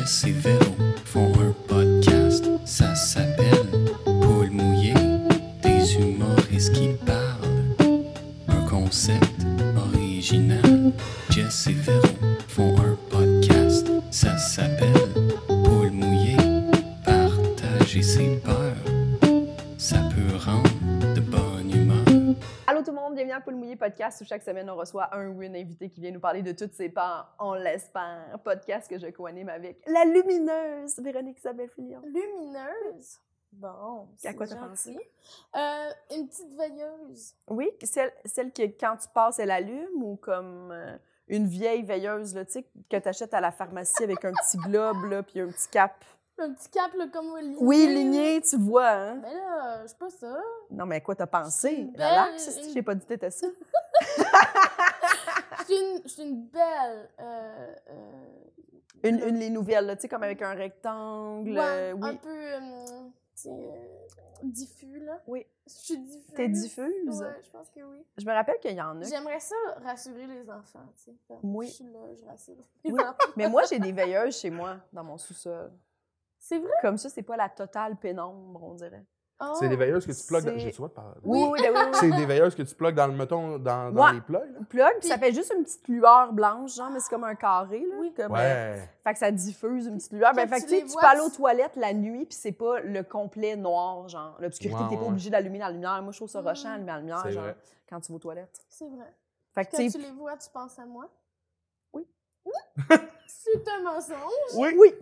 Jess et Véro font un podcast, ça s'appelle Poule mouillée, des humoristes qui parlent. Un concept original. Jess et Véro font un podcast, ça s'appelle Poule mouillée, partager ses peurs, ça peut rendre de bonne humeur. Allô tout le monde, bienvenue à Poule mouillée podcast où chaque semaine on reçoit un ou une invité qui vient nous parler de toutes ses peurs, on l'espère. Podcast que je co-anime avec la lumineuse Véronique Isabelle Fillon. Lumineuse? Bon, À quoi c'est t'as pensé? gentil. Une petite veilleuse. Oui, celle que quand tu passes elle allume ou comme une vieille veilleuse là, tu sais, que tu achètes à la pharmacie avec un petit globe là, puis un petit cap. Un petit cap, là, comme ligné. Oui, ligné, tu vois, hein? Mais là, je sais pas ça. Non, mais à quoi t'as pensé? Une belle- Relax, si j'ai pas dit que t'étais ça. Je suis une belle... Une les nouvelles, là, tu sais, comme avec un rectangle. ouais, Oui. un peu, tu sais, diffus, là. Oui. Je suis diffuse. T'es diffuse? Ouais, je pense que oui. Je me rappelle qu'il y en a. J'aimerais ça rassurer les enfants, tu sais. Oui. Je suis là, je rassure les Oui. enfants. Mais moi, j'ai des veilleuses chez moi, dans mon sous-sol. C'est vrai? Comme ça, c'est pas la totale pénombre, on dirait. Oh. C'est des veilleuses que tu plugues dans... C'est- J'ai le droit de parler. Oui, oui, oui. oui. C'est des veilleuses que tu plugues dans le mettons dans Ouais. les plugs, là? Plug, puis ça fait juste une petite lueur blanche, genre, mais c'est comme un carré, là. Oui. Comme, Ouais. fait que ça diffuse une petite lueur. Ben, Quand fait que tu tu sais, les tu vois, peux aller aux tu- toilettes la nuit, puis c'est pas le complet noir, genre. L'obscurité, Ouais, t'es pas ouais. obligé d'allumer la lumière. Moi, je trouve ça rushant, allumer la lumière, C'est genre, vrai. quand tu vas aux toilettes. C'est vrai. Fait que, Quand tu tu sais. les vois, tu penses à moi? Oui. C'est un mensonge? Oui. Oui!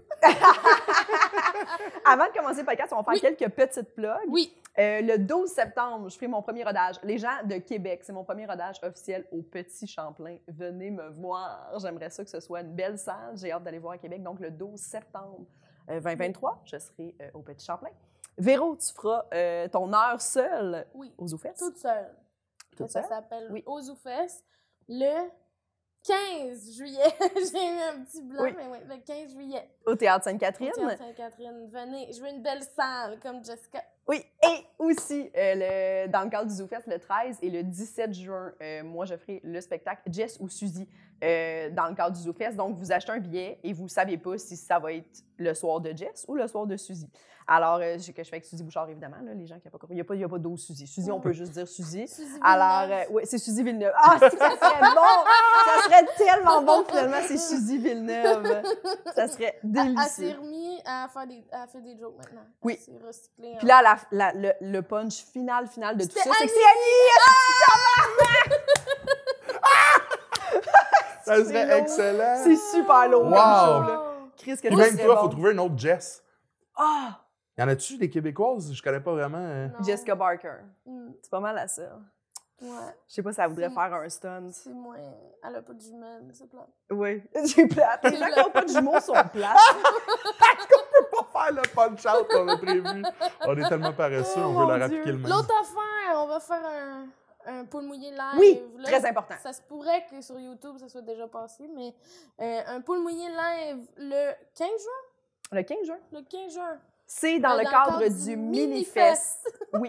Avant de commencer le podcast, on va faire Oui. quelques petites plugs. Oui. Le 12 septembre, je ferai mon premier rodage. Les gens de Québec, c'est mon premier rodage officiel au Petit Champlain. Venez me voir. J'aimerais ça que ce soit une belle salle. J'ai hâte d'aller voir à Québec. Donc, le 12 septembre 2023, je serai au Petit Champlain. Véro, tu feras ton heure seule Oui. aux Oufesses. Toute seule. Toute Ça seule? s'appelle Oui. Aux Oufesses le 15 juillet. J'ai eu un petit blanc, Oui. mais oui, le 15 juillet. Au Théâtre Au Sainte-Catherine. Théâtre Sainte-Catherine. Venez, je veux une belle salle comme Jessica. Oui, et aussi, dans le cadre du ZooFest, le 13 et le 17 juin, moi, je ferai le spectacle Jess ou Suzy dans le cadre du ZooFest. Donc, vous achetez un billet et vous ne savez pas si ça va être le soir de Jess ou le soir de Suzy. Alors, que je fais avec Suzy Bouchard, évidemment, là, les gens qui n'ont pas compris. Il n'y a pas d'autres Suzy. Suzy, on peut juste dire Suzy. Suzy Alors, Villeneuve. oui, c'est Suzy Villeneuve. Ah, ça serait bon! Ça serait tellement bon, finalement, c'est Suzy Villeneuve. Ça serait Elle délicieux. s'est remise à faire des jokes maintenant. Oui. Elle s'est recyclée. Puis là, le punch final de tout C'était ça, c'est que c'est Annie! Ça C'est serait lourd. excellent. C'est super lourd comme Wow. show, là. Chris, que Puis ça même serait toi, bon. faut trouver une autre Jess. Ah! Y en a-tu des Québécoises? Je connais pas vraiment. Non. Jessica Barker. Mm, C'est pas mal à ça. ouais, Je sais pas si elle voudrait C'est- faire un stunt. c'est moins... Elle a pas de jumelles, c'est plat. Oui. J'ai plate. Les C'est gens plate. qui n'ont pas de jumeaux sont plates. On peut pas faire le punch-out qu'on a prévu. On est tellement paresseux, Oh, on mon veut leur Dieu. appliquer le même. L'autre affaire, on va faire un poule mouillé live. Oui, là. très important. Ça se pourrait que sur YouTube, ça soit déjà passé, mais un poule mouillé live le 15 juin? Le 15 juin. Le 15 juin. C'est dans le cadre du Mini-Fest. Mini-Fest. Oui.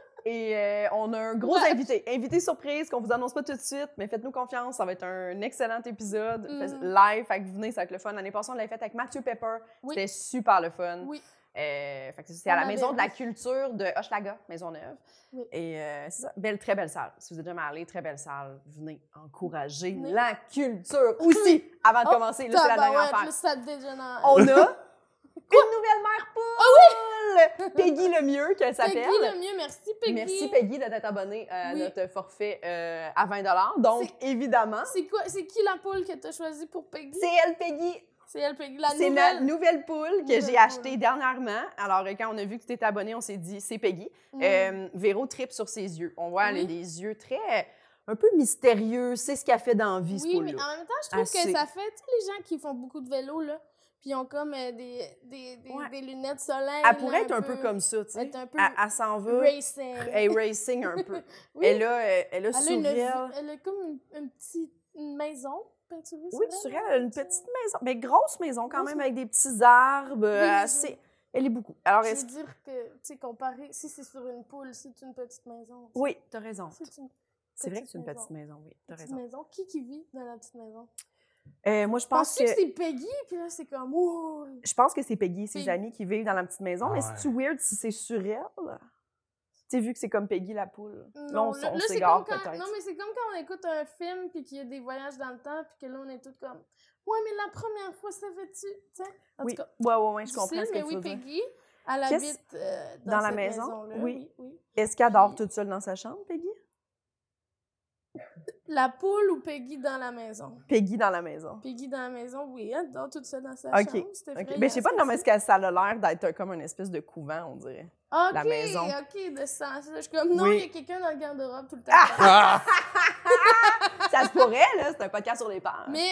Et on a un gros Ouais. invité. Invité surprise qu'on vous annonce pas tout de suite, mais faites-nous confiance. Ça va être un excellent épisode live. Fait que venez, ça va être le fun. L'année passée, on l'avait fait avec Mathieu Pepper. Oui. C'était super le fun. Oui. Fait que c'est à On la avait Maison de la ri. Culture de Hochelaga, Maisonneuve. Oui. Et c'est ça, très belle salle. Si vous êtes jamais allé, très belle salle. Venez encourager Venez. la culture aussi avant de Oh, commencer. Là, c'est la dernière tabarouette, affaire. là, ça dégénère. On a une nouvelle mère poule! Peggy Lemieux, qu'elle s'appelle. Peggy le mieux, merci Peggy. Merci Peggy d'être abonnée à Oui. notre forfait à 20 $. Donc, évidemment, C'est qui la poule que t'as choisie pour Peggy? c'est elle, Peggy. C'est elle, Peggy. La C'est nouvelle. la nouvelle poule que Nouvelle j'ai poule. achetée dernièrement. Alors, quand on a vu que tu étais abonnée, on s'est dit, c'est Peggy. Mm. Véro tripe sur ses yeux. On voit, elle a Oui. des yeux très, un peu mystérieux. C'est ce qu'elle fait dans la vie, ce Oui, mais poule-là. en même temps, je trouve Assez. que ça fait, tu sais, les gens qui font beaucoup de vélo, là, puis ils ont comme des lunettes soleil. Elle pourrait être un peu comme ça, tu sais. être un peu Elle s'en va. racing. Elle est racing un peu. Oui. Elle a Elle a, sourire. elle a comme une maison peinturée. Oui, c'est sur vrai, elle, elle a une ça? petite maison. Mais grosse maison quand Grosse même, avec des petits arbres. Oui, assez... Elle est beaucoup. Alors, Je est-ce veux dire que, tu sais, comparé, si c'est sur une poule, c'est une petite maison. tu sais. Oui, t'as raison. C'est une C'est vrai que c'est une petite petite maison, oui, t'as petite raison. maison. Qui vit dans la petite maison? Moi, je pense Penses-tu que que... c'est Peggy? Puis là, c'est comme... Oh. Je pense que c'est Peggy et ses Peggy. amis qui vivent dans la petite maison, mais Ouais. c'est-tu weird si c'est sur elle? Tu sais, vu que c'est comme Peggy la poule. Là, on là, c'est s'égare comme quand... peut-être. Non, mais c'est comme quand on écoute un film puis qu'il y a des voyages dans le temps puis que là, on est tous comme... Ouais, mais la première fois, ça fait-tu... Tu sais? En Oui, tout cas, ouais, je comprends ce que mais tu oui, veux dire. Peggy, elle Qu'est-ce- habite dans la cette maison? maison-là. Oui. Oui. Est-ce qu'elle dort toute seule dans sa chambre, Peggy? La poule ou Peggy dans la maison? Peggy dans la maison. Peggy dans la maison, oui, elle dort toute seule dans sa OK. chambre. C'était OK. effrayant, Mais je sais pas, c'était non, mais est-ce que ça a l'air d'être comme une espèce de couvent, on dirait? OK, la maison? OK, de ce sens-là. Je suis comme, non, Oui. il y a quelqu'un dans le garde-robe tout le temps. Ah! Ça se pourrait, là, c'est un podcast sur les peurs. Mais,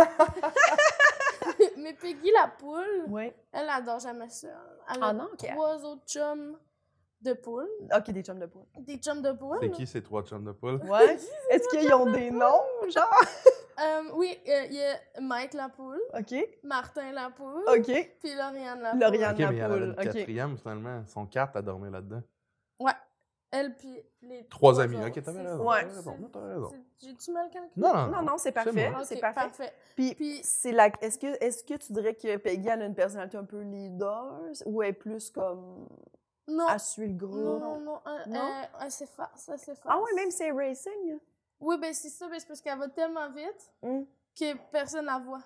mais Peggy, la poule, Oui. elle dort jamais seule. Elle Ah a non, OK. 3 autres chums de poule. OK, des chums de poule. Des chums de poule. C'est qui ces 3 chums de poule? Ouais. Est-ce qu'ils ont des noms, genre? Oui, il y a Mike la poule, OK. Martin la poule, OK. puis Lauriane la poule. Lauriane Ok, la mais il y en avait poule. une OK. quatrième finalement. Ils sont 4 à dormir là-dedans. Ouais. Elle puis les 3 amis. autres, Ok, t'avais c'est raison. Ouais. T'avais raison. Non, t'avais raison. J'ai-tu mal calculé? Non, non, c'est C'est parfait. bon. Ok, C'est parfait. Puis, Puis- c'est la... est-ce que tu dirais que Peggy elle a une personnalité un peu leader ou elle est plus comme Non. à suivre le groupe? Non. Non? Elle s'efface, elle s'efface. Ah ouais, même si c'est racing. Oui, ben c'est ça, ben c'est parce qu'elle va tellement vite Hmm. que personne la voit.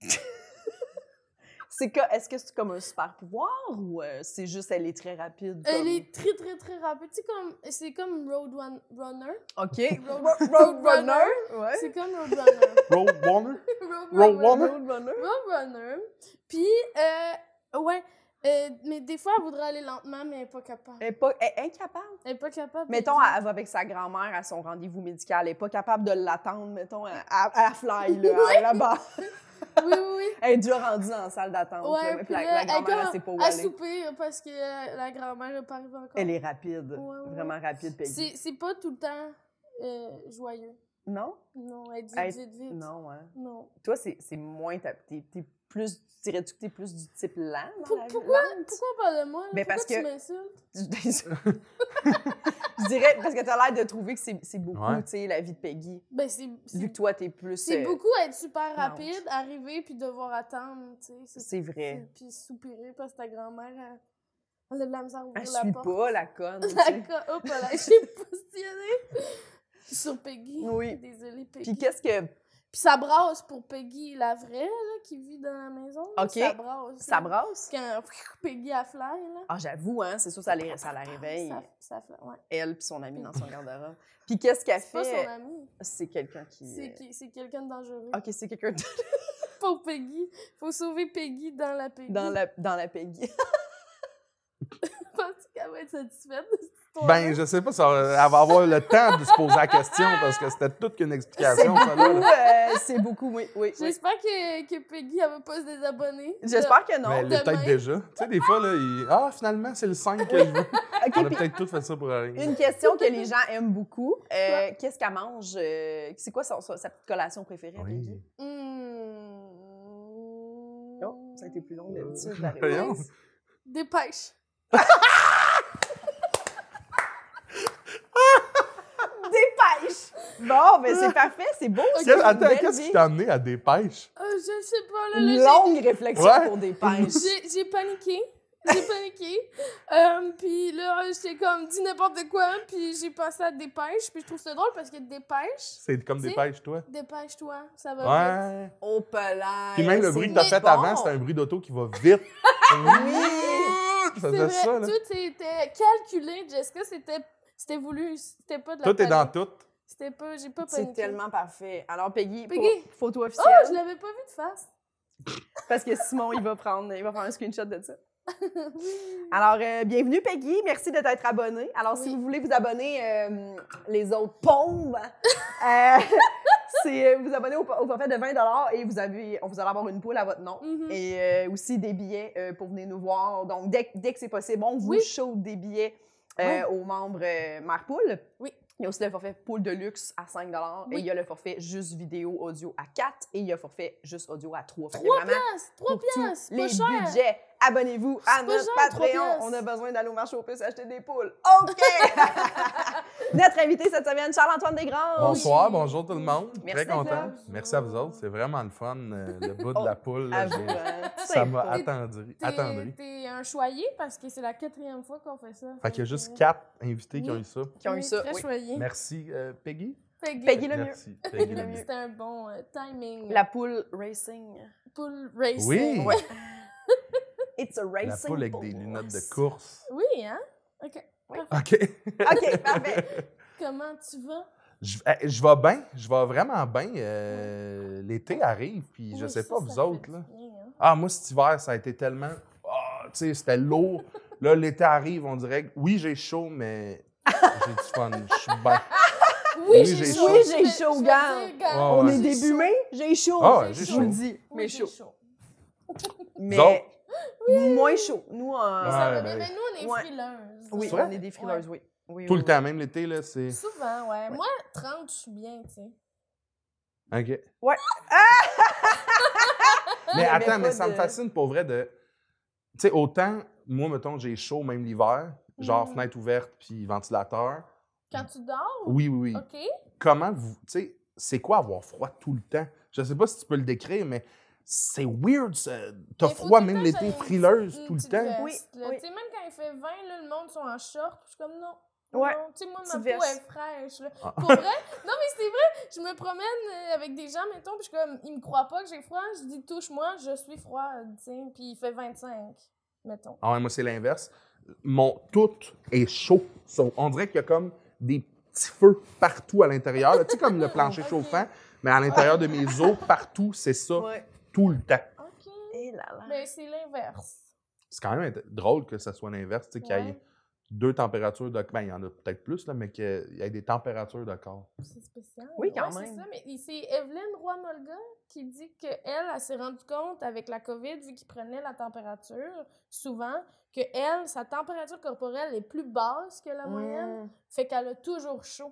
Est-ce que c'est comme un super pouvoir ou c'est juste elle est très rapide? Elle comme- est très, très, très rapide. Tu sais, c'est comme Roadrunner. OK. Roadrunner. Ouais. C'est comme Roadrunner. Road Warner? Roadrunner. Roadrunner. Roadrunner. Puis, ouais, mais des fois, elle voudrait aller lentement, mais elle est pas capable. Elle est incapable. Elle est pas capable. Mettons, Peggy. elle va avec sa grand-mère à son rendez-vous médical. Elle n'est pas capable de l'attendre, mettons, à fly, là, là-bas. Oui. Elle est déjà rendue en salle d'attente. Ouais, là, puis puis la là, grand-mère, elle sait pas où elle aller. soupire parce que la grand-mère n'est pas arrivée encore. Elle est rapide. Ouais. Vraiment rapide, Peggy. C'est pas tout le temps joyeux. Non? Non, elle dit Elle- vite. Non, hein. Non. Toi, c'est moins... T'es plus... Dirais-tu que t'es plus du type lent dans la vie? Pourquoi Lente? on parle de moi? Là? Ben, Pourquoi parce tu que- m'insultes? Je dirais, parce que t'as l'air de trouver que c'est beaucoup, Ouais. tu sais, la vie de Peggy. Ben, Vu que toi, t'es plus... c'est beaucoup être super lente. rapide, arriver puis devoir attendre, tu sais. C'est vrai. Puis soupirer parce que ta grand-mère, elle a de la misère à ouvrir Elle la suit porte. pas, la conne, tu La sais. hop là, j'ai postillonné sur Peggy. Oui. Désolée, Peggy. Puis qu'est-ce que... Puis ça brasse pour Peggy, la vraie, là, qui vit dans la maison. là. OK. Ça brasse. Ça là. brasse? Quand Peggy a fly, là. Ah, j'avoue, hein, c'est sûr, ça la réveille, Ça fly, ouais. elle puis son ami dans son garde-robe. Puis qu'est-ce qu'elle C'est pas son fait? ami. C'est quelqu'un qui... C'est quelqu'un de dangereux. OK, c'est quelqu'un de- Pour Peggy. Faut sauver Peggy dans la Peggy. dans la Peggy. Penses-tu qu'elle va être satisfaite de cette histoire? Ben, je sais pas, elle va avoir le temps de se poser la question parce que c'était toute qu'une explication, ça, là. C'est beaucoup, oui. J'espère que Peggy, elle va pas se désabonner. J'espère que non. Mais elle l'est peut-être demain. déjà. Tu sais, des fois, là, finalement, c'est le 5 que je veux. OK, On a puis peut-être tout fait ça pour rien. une question que les gens aiment beaucoup. Qu'est-ce qu'elle mange? C'est quoi sa petite collation préférée, Peggy? Oui. Oh, ça a été plus long d'habitude, la Voyons. réponse. Dépêche. Dépêche! Bon, ben c'est parfait, c'est beau. ça, c'est une Attends, belle qu'est-ce vie. qui t'a amené à des pêches? Je sais pas, là. Une là, longue réflexion Ouais. pour des pêches. J'ai paniqué. Puis là, j'étais comme dit n'importe quoi, puis j'ai pensé à dépêche, puis je trouve ça drôle parce que dépêche, C'est comme des Tu sais, pêches, toi? dépêche-toi, ça va vite. Ouais. Au pelage. Puis même le bruit que t'as c'est fait bon. avant, c'était un bruit d'auto qui va vite. Oui! Ça C'est faisait vrai, ça, là. tout était calculé, Jessica, c'était voulu, c'était pas de la Tout est dans panique. tout. C'était pas, j'ai pas C'est paniqué. tellement parfait. Alors, Peggy, Peggy. photo Oh, officielle. je l'avais pas vu de face. Parce que Simon, il va prendre un screenshot de ça. Alors, bienvenue, Peggy. Merci de t'être abonnée. Alors, si Oui. vous voulez vous abonner, les autres pauvres, c'est vous abonner au forfait de 20 et on vous allez avoir une poule à votre nom. Mhm. Et aussi des billets pour venir nous voir. Donc, dès que c'est possible, on vous Oui. shoot des billets Oui. aux membres Mère Poule. Oui. Il y a aussi le forfait poule de luxe à 5 Oui. et il y a le forfait juste vidéo audio à 4 et il y a le forfait juste audio à 3. Fait que 3 vraiment, piastres, 3 pour tous piastres, les pas cher. budgets, abonnez-vous à C'est pas notre cher, 3 Patreon. piastres. On a besoin d'aller au marché aux puces acheter des poules. OK! Notre invité cette semaine, Charles-Antoine Desgranges. Bonsoir, bonjour tout le monde. Merci Très d'être content. là. Merci à vous autres. C'est vraiment le fun, le bout de la poule. là, Avoue, ça m'a T'es- attendri. T'es un choyé parce que c'est la 4e fois qu'on fait ça. Fait qu'il y a juste 4 invités qui ont Oui. eu ça. Qui ont eu ça. Très Oui. choyé. Merci, Peggy. Peggy le mieux. Merci, Peggy le mieux. C'était un bon timing. La poule racing. poule racing. Oui. Ouais. It's a La racing poule avec pool. des lunettes de course. Oui, hein? OK. Oui. Parfait. OK. OK, parfait. Comment tu vas? Je vais bien. Je vais vraiment bien. L'été arrive, puis je Oui, sais ça, pas, ça vous fait autres, du là. bien, hein? Ah, moi, cet hiver, ça a été tellement... tu sais, c'était lourd. Là, l'été arrive, on dirait que oui, j'ai chaud, mais j'ai du fun. Je suis bien. Oui, j'ai j'ai chaud. chaud. Oui, j'ai Je vais- chaud, je vais gars. dire, gars, Ouais, On ouais. est j'ai début chaud. mai, j'ai chaud. Ah, J'ai j'ai Je vous le chaud. dis, Oui, mais j'ai chaud. Mais moins chaud. Nous, Mais ça Ouais, va ben bien. Mais nous, on est Ouais. frileuses. oui, C'est vrai? on est des frileuses, oui. Oui, Tout oui, le temps, même l'été, là, c'est... Souvent, ouais. Moi, 30, je suis bien, tu sais. OK. Ouais. Mais Il y avait attends, mais pas ça me de- fascine pour vrai de... Tu sais, autant, moi, mettons, j'ai chaud même l'hiver, genre Mm. fenêtre ouverte puis ventilateur. Quand tu dors? Oui, oui, oui. OK. Comment vous... Tu sais, c'est quoi avoir froid tout le temps? Je sais pas si tu peux le décrire, mais c'est weird, ça. T'as Mais faut froid tout le même temps l'été, que j'aille frileuse une tout le petite temps. veste, Oui, là. oui. Tu sais, même quand il fait 20, là, le monde sont en short. Je suis comme non. Ouais, Non. Tu sais, moi, ma petite peau veste. est fraîche. Là. Ah. Pour vrai? Non, mais c'est vrai. Je me promène avec des gens, mettons, puis je suis comme, ils me croient pas que j'ai froid. Je dis, touche-moi, je suis froide, tu sais. Puis il fait 25, mettons. Ah ouais, moi, c'est l'inverse. Tout est chaud. On dirait qu'il y a comme des petits feux partout à l'intérieur. là. Tu sais, comme le plancher Ok. chauffant, mais à l'intérieur de mes os, partout, c'est ça, Ouais. tout le temps. OK. Et là là. Mais c'est l'inverse. C'est quand même drôle que ça soit l'inverse, tu sais, qu'il y ait Ouais. 2 températures de... Ben, il y en a peut-être plus, là, mais qu'il y ait des températures de corps. C'est spécial. Oui, quand Ouais, même. C'est ça, mais c'est Evelyne Roy-Molga qui dit qu'elle, elle s'est rendue compte avec la COVID, vu qu'il prenait la température, souvent, que elle, sa température corporelle est plus basse que la moyenne, fait qu'elle a toujours chaud.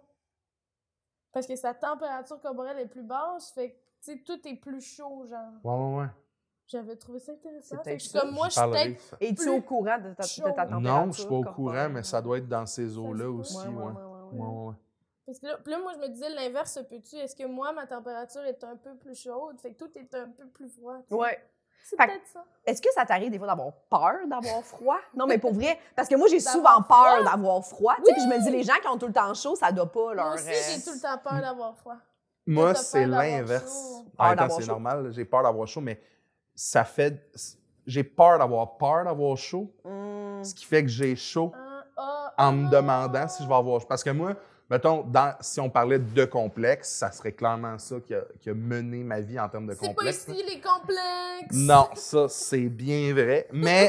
Parce que sa température corporelle est plus basse, fait que, tu sais, tout est plus chaud, genre. Ouais, ouais, ouais. J'avais trouvé ça intéressant. C'est Fait que je suis peut-être comme, moi, je J'y suis parlerai, peut-être... ça. Es-tu Plus au courant de ta chaud. température? Non, je suis pas au courant, corporelle? mais ça doit être dans ces se eaux-là peut. aussi, ouais. Ouais, ouais. Parce que là, puis là, moi, je me disais, l'inverse se peut-tu? Est-ce que moi, ma température est un peu plus chaude? Fait que tout est un peu plus froid. tu sais. Ouais. C'est Fait que- peut-être ça. Est-ce que ça t'arrive des fois d'avoir peur d'avoir froid? Non, mais pour vrai, parce que moi, j'ai D'avoir souvent peur froid? d'avoir froid. Tu sais, puis je me dis, les gens qui ont tout le temps chaud, ça doit pas leur... Moi aussi, j'ai tout le temps peur d'avoir froid. Moi, t'as c'est peur d'avoir l'inverse. chaud. Peur En même temps, d'avoir c'est chaud. normal, j'ai peur d'avoir chaud, mais ça fait... J'ai peur d'avoir chaud, ce qui fait que j'ai chaud en me demandant si je vais avoir chaud. Parce que moi, mettons, si on parlait de complexe, ça serait clairement ça qui a mené ma vie en termes de C'est pas complexe. ici, les complexes! Non, ça, c'est bien vrai. Mais,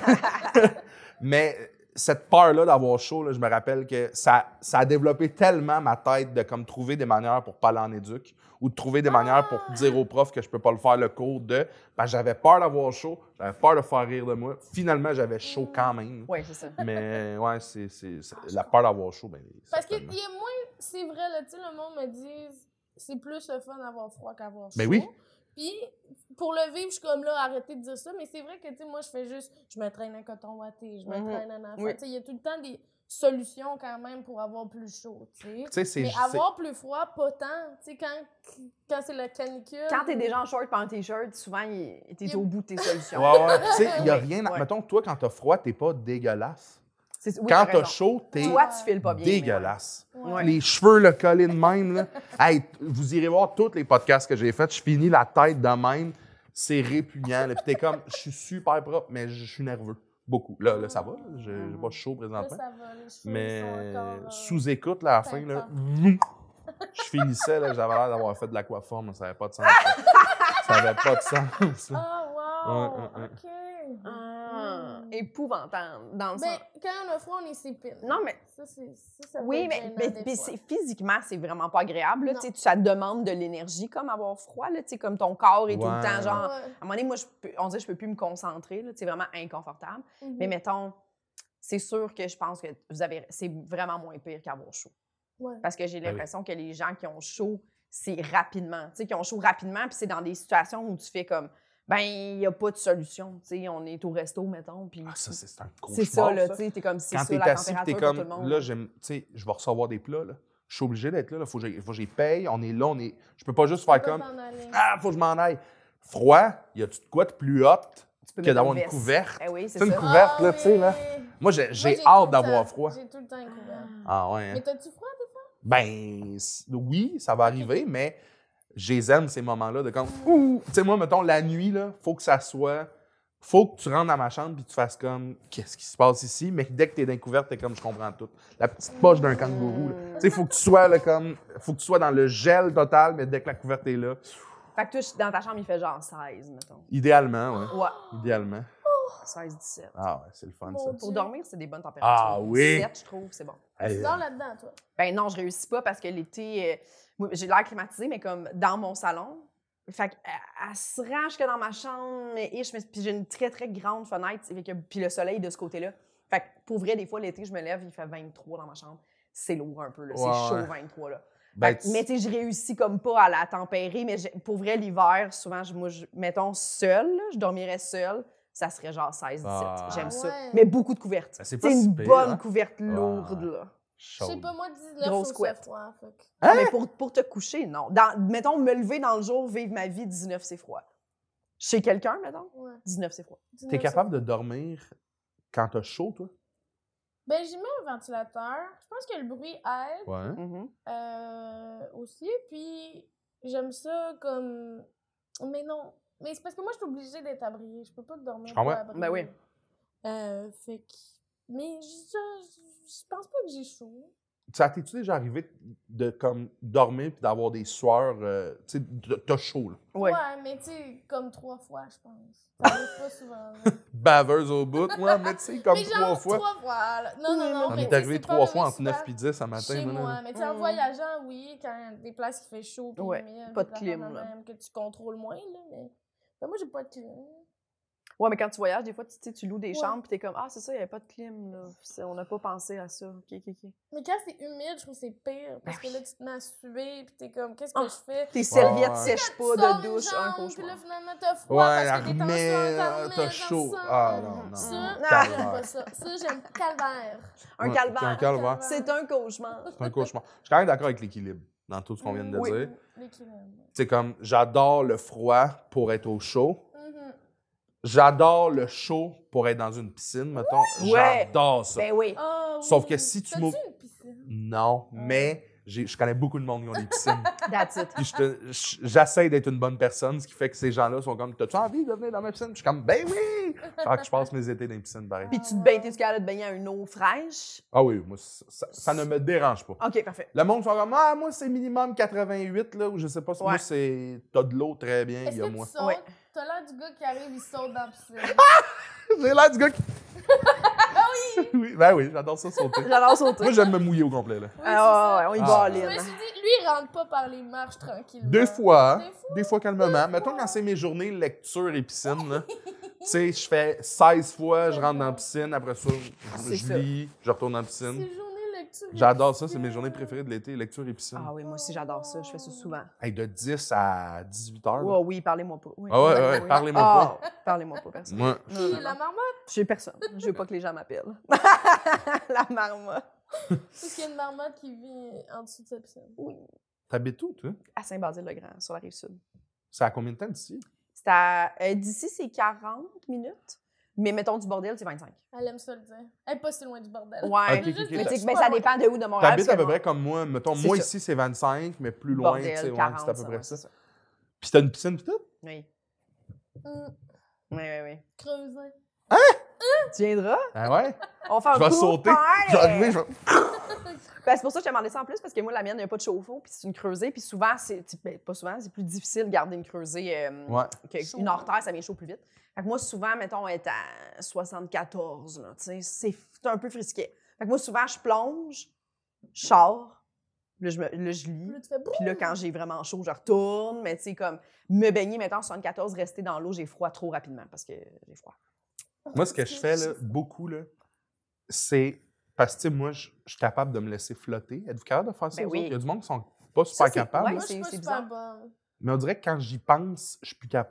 mais cette peur-là d'avoir chaud, là, je me rappelle que ça a développé tellement ma tête de comme trouver des manières pour pas aller en éduc ou de trouver des manières pour dire au prof que je peux pas le faire le cours de... Ben, j'avais peur d'avoir chaud, j'avais peur de faire rire de moi. Finalement, j'avais chaud quand même. Oui, c'est ça. Mais ouais, c'est la peur d'avoir chaud. Ben, Parce qu'il certainement. y a moins... C'est vrai, là, tu sais, le monde me dit c'est plus le fun d'avoir froid qu'avoir chaud. Ben oui. Puis, pour le vivre, je suis comme là, arrêtez de dire ça, mais c'est vrai que, tu sais, moi, je fais juste... Je me traîne un coton watté, je me traîne un enfant. Oui. Tu sais, il y a tout le temps des solutions quand même pour avoir plus chaud, tu sais. Tu sais, c'est... Mais avoir plus froid, pas tant. Tu sais, quand c'est la canicule... Quand t'es déjà en short pas en t-shirt, souvent, t'es au bout de tes solutions. Ouais, ouais. Tu sais, il n'y a Ouais, rien... ouais. Mettons, toi, quand t'as froid, t'es pas dégueulasse. Oui, Quand t'as t'as raison. chaud, t'es Toi, tu files pas bien. dégueulasse. Ouais. Les cheveux, le collé de même, là. Hey, vous irez voir tous les podcasts que j'ai faits. Je finis la tête de même. C'est répugnant. Là. Puis t'es comme, je suis super propre, mais je suis nerveux. Beaucoup. Là, ça va. Là. J'ai pas chaud Là, présentement. ça va, les cheveux Mais sont encore... sous-écoute, là, à la fin, là, je finissais, là, j'avais l'air d'avoir fait de l'aquaforme, mais ça n'avait pas de sens. Ça n'avait pas de sens. Ah, wow! Ouais. OK. Ah, épouvantable. Dans le Ben, sens... quand on a froid, on est sépine. Non, mais... Ça peut Oui, être mais, gênant mais, des mais fois. physiquement, c'est vraiment pas agréable. Là, Non. tu sais, ça demande de l'énergie, comme avoir froid. Là, tu sais, comme ton corps est tout le Ouais. temps, genre... Ouais. À un moment donné, moi, on dirait que je peux plus me concentrer. C'est vraiment inconfortable. Mhm. Mais mettons, c'est sûr que je pense que c'est vraiment moins pire qu'avoir chaud. Ouais. Parce que j'ai Ben oui. l'impression que les gens qui ont chaud, c'est rapidement. Tu sais, qui ont chaud rapidement, puis c'est dans des situations où tu fais comme... Ben, il n'y a pas de solution. Tu sais, on est au resto, mettons. Puis Ah, ça, c'est un cauchemar. c'est ça, là. ça. Tu sais, t'es comme, c'est Quand ça, t'es la assis, température t'es pour comme, tout le monde. là, tu sais, je vais recevoir des plats, là. Je suis obligé d'être là, faut que j'y paye, on est là, je peux pas juste faire comme, faut que je m'en aille. Froid, y a-tu de quoi de plus hot que d'avoir une couverte? Eh oui, c'est une ça. couverte, là, tu sais, là. Moi, j'ai hâte d'avoir froid. J'ai tout le temps une couverte. Ah ouais, hein? Mais t'as-tu froid, des fois? Ben, oui, ça va arriver, mais j'aime ces moments-là de comme, ouh! Tu sais, moi, mettons, la nuit, là, faut que ça soit, faut que tu rentres dans ma chambre puis tu fasses comme, qu'est-ce qui se passe ici? Mais dès que t'es dans la couverte, t'es comme, je comprends tout. La petite poche d'un kangourou, là. Tu sais, faut que tu sois, là, comme, faut que tu sois dans le gel total, mais dès que la couverte est là. Fait que toi, dans ta chambre, il fait genre 16, mettons. Idéalement, ouais. Ouais. Idéalement. 16, 17. Ah ouais, c'est le fun, Mon ça. Dieu. Pour dormir, c'est des bonnes températures. Ah oui? 17, je trouve, c'est bon. Hey, Tu dors là-dedans, toi? Ben non, je réussis pas parce que l'été, moi, j'ai l'air climatisé, mais comme dans mon salon. Fait qu'elle se range que dans ma chambre, puis j'ai une très, très grande fenêtre, puis le soleil de ce côté-là. Fait que pour vrai, des fois, l'été, je me lève, il fait 23 dans ma chambre. C'est lourd un peu, là. Ouais. C'est chaud, 23, là. Ben, Fait que, mais tu sais, je réussis comme pas à la tempérer, mais pour vrai, l'hiver, souvent, mettons, seule, là, je dormirais seule, ça serait genre 16, 17. Ah. J'aime ça. Ouais. Mais beaucoup de couvertes. Ben, c'est C'est pas si une pire, bonne hein? couverte lourde, là. Je sais pas, moi, 19, Grosse je trouve ça couette. froid. Fait que- Ah, mais pour te coucher, non. Mettons, me lever dans le jour, vivre ma vie, 19, c'est froid. Chez quelqu'un, mettons, Ouais. 19, c'est froid. 19, T'es c'est capable froid. de dormir quand t'as chaud, toi? Ben, j'y mets un ventilateur. Je pense que le bruit aide Ouais. Mhm. aussi. Puis, j'aime ça comme. Mais non. Mais c'est parce que moi, je suis obligée d'être abriée. Je peux pas dormir Je comprends. pas abriée. Ben oui. Fait que. Mais je pense pas que j'ai chaud. Ça t'es-tu déjà arrivé de comme dormir puis d'avoir des sueurs, tu sais, t'as chaud, là? Ouais. Mais tu sais, comme 3 fois, je pense. Ça arrive pas souvent. là. Baveuse au bout, moi, mais tu sais, comme mais 3 genre, fois. 3 fois. Là. Non, non, non. Ça mais m'est tu sais, arrivé c'est pas 3 fois arrivé entre 9 souvent puis 10 ce matin. chez là. moi. Mais tu sais, en Mm. voyageant, oui, quand il y a des places qui fait chaud, puis Ouais, humide, pas de des clim, affaires là. même que tu contrôles moins, là. Mais ben, moi, j'ai pas de clim. Ouais, mais quand tu voyages, des fois, tu sais, tu loues des Ouais. chambres, puis t'es comme, ah, c'est ça, il n'y avait pas de clim, là. On n'a pas pensé à ça. OK. Mais quand c'est humide, je trouve que c'est pire. Parce Ben que là, tu te mets à suer, puis t'es comme, qu'est-ce que Ah. je fais? Tes serviettes Ouais. sèchent Tu pas sors de une douche, un jambe, Puis cauchemar. là, finalement, t'as froid Ouais, parce que t'es en t'as chaud. Ça, Ah, non. Ça, Ah. j'aime pas ça. Ça, j'aime calvaire. Un Ouais, calvaire. c'est un calvaire. C'est un cauchemar. C'est un cauchemar. Je suis quand même d'accord avec l'équilibre dans tout ce qu'on vient de Oui. dire. L'équilibre. C'est comme, j'adore le froid pour être au chaud. Mhm. J'adore le chaud pour être dans une piscine, mettons. Ouais. J'adore ça. Ben oui. Ah, Sauf oui. que si tu T'as-tu m'ouvres- une piscine? Non, mais je connais beaucoup de monde qui ont des piscines. That's it. Puis j'essaie d'être une bonne personne, ce qui fait que ces gens-là sont comme, t'as-tu envie de venir dans ma piscine? Je suis comme, ben oui! Fait que je passe mes étés dans les piscines, pareil. Puis tu te baignes, t'es capable de te baigner à une eau fraîche. Ah oui, moi, ça ne me dérange pas. OK, parfait. Le monde sont comme, ah, moi, c'est minimum 88, là, ou je sais pas si Ouais. moi, c'est, t'as de l'eau très bien, il Est-ce y a que moi. tu sautes? Ouais. T'as l'air du gars qui arrive, il saute dans la piscine. J'ai l'air du gars qui. oui! Ben oui, j'adore ça sauter. J'adore sauter. Moi, j'aime me mouiller au complet, là. Oui, Ah, ouais, on y Ah. va en Je me ligne. suis dit, lui, il rentre pas par les marches tranquillement. Deux fois Des fois. calmement. Mettons quand c'est mes journées lecture et piscine, là. Tu sais, je fais 16 fois, je rentre dans la piscine, après ça, C'est je ça. lis, je retourne dans la C'est piscine. journée lecture. J'adore ça, c'est mes journées préférées de l'été, lecture et piscine. Ah oui, moi aussi, j'adore ça. Je fais ça souvent. Hey, de 10 à 18 heures. là. Oh, oui, parlez-moi pas. Oui. Ah ouais, Oui, ouais, oui. parlez-moi Ah, parlez-moi pas, personne. Moi, Non, non, La non. marmotte, J'ai personne. Je veux pas que les gens m'appellent. La marmotte. parce qu'il y a une marmotte qui vit en dessous de sa piscine. Oui. t'habites où, toi? À Saint-Basile-le-Grand, sur la Rive-Sud. C'est à combien de temps d'ici? C'est à... d'ici, c'est 40 minutes. Mais mettons du bordel, c'est 25. Elle aime ça le dire. Elle est pas si loin du bordel. Ouais. Ok, Juste ok, dire, Mais, ok. tu sais, je mais suis ça pas dépend de où de Montréal. T'habites à parce peu que près comme moi. Mettons, C'est moi ça. ici, c'est 25, mais plus loin, bordel, tu sais, ouais, 40, c'est à peu près ouais, ça. c'est ça. Puis t'as une piscine pis tout? Oui. Hum, Oui, oui, oui. creuser. Tu viendras? Ah ouais? On va faire Je vais un groupe sauter. party! Je vais arriver, je vais... Ben, c'est pour ça que je t'ai demandé ça en plus, parce que moi, la mienne, il n'y a pas de chauffe-eau, puis c'est une creusée, puis souvent, pas souvent, c'est plus difficile de garder une creusée Ouais. qu'une hors terre, ça vient chaud plus vite. Fait que moi, souvent, mettons, être à 74, là, tu sais, c'est un peu frisquet. Fait que moi, souvent, je plonge, je sors, là, je lis, Là, tu fais puis là, quand j'ai vraiment chaud, je retourne, mais tu sais, comme me baigner, mettons, 74, rester dans l'eau, j'ai froid trop rapidement, parce que j'ai froid. Moi, ce que je fais, là, beaucoup, là, c'est... Parce que, tu sais, moi, je suis capable de me laisser flotter. Êtes-vous capable de faire ça? Ben vous oui. autres? Il y a du monde qui sont pas super c'est- capables. ouais, Moi, je suis c'est pas c'est super bizarre. bonne. Mais on dirait que quand j'y pense, je suis plus capable.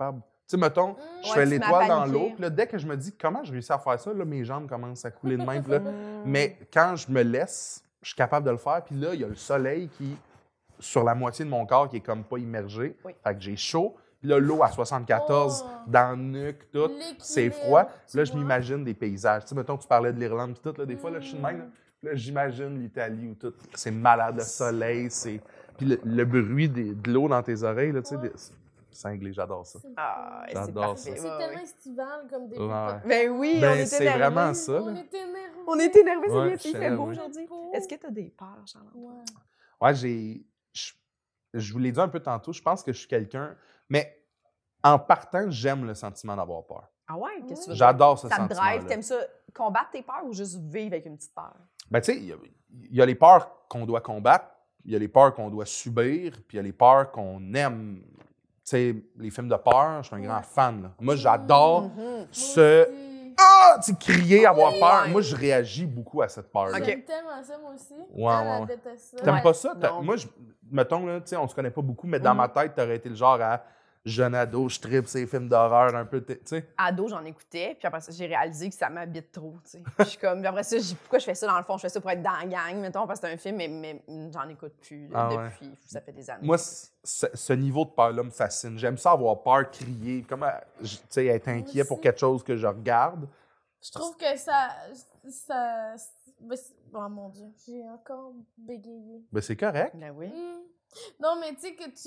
sais, mettons, je Ouais, fais tu l'étoile m'as dans paniqué. l'eau, puis là, dès que je me dis comment je réussis à faire ça, là, mes jambes commencent à couler de même. Puis là, mais quand je me laisse, je suis capable de le faire. Puis là, il y a le soleil qui, sur la moitié de mon corps, qui est comme pas immergé. Oui. Fait que j'ai chaud. Puis là, l'eau à 74 dans le nuque, tout, c'est froid. Puis là, je m'imagine des paysages. Tu sais, mettons, tu parlais de l'Irlande, puis tout, là, des fois, là, je suis de même, là. Là, j'imagine l'Italie où tout, c'est malade, le soleil, c'est... Puis le bruit de l'eau dans tes oreilles, là, tu sais, cinglé, j'adore ça. Ah, c'est J'adore parfait. C'est ouais, tellement ouais. estival comme début Ouais. de podcast. Ben oui, Ben, on était c'est énervés. vraiment ça, là. On était énervés. On était énervés, c'est Ouais, bien. je Il suis fait beau énervé. aujourd'hui. Est-ce que tu as des peurs, Charles-Antoine? Ouais. Ouais, je vous l'ai dit un peu tantôt, je pense que je suis quelqu'un, mais en partant, j'aime le sentiment d'avoir peur. Ah ouais? Qu'est-ce que tu veux dire? J'adore ce Ça te sentiment-là. drive, t'aimes ça combattre tes peurs ou juste vivre avec une petite peur? Ben, tu sais, il y a les peurs qu'on doit combattre, il y a les peurs qu'on doit subir, puis il y a les peurs qu'on aime. Tu sais, les films de peur, je suis un grand fan. Là. Moi, j'adore ce... Ah! Tu sais, crier, avoir peur. Moi, je réagis beaucoup à cette peur-là. Ok. J'aime tellement ça, moi aussi. Ouais, Elle ouais. déteste ça. T'aimes Ouais. pas ça? Non. Moi, mettons, là, tu sais, on se connaît pas beaucoup, mais dans ma tête, t'aurais été le genre à jeune ado, je tripe ces films d'horreur un peu, tu sais. Ado, j'en écoutais, puis après ça, j'ai réalisé que ça m'habite trop, tu sais. Puis je suis comme, puis après ça, pourquoi je fais ça dans le fond? Je fais ça pour être dans la gang, mettons, parce que c'est un film, mais j'en écoute plus là, Ah ouais. depuis, ça fait des années. Moi, ce niveau de peur-là me fascine. J'aime ça avoir peur, crier, comme, tu sais, être inquiet pour aussi. quelque chose que je regarde. Je trouve que ça oh mon Dieu, j'ai encore bégayé. Ben, c'est correct. Ben oui. Non, mais tu sais que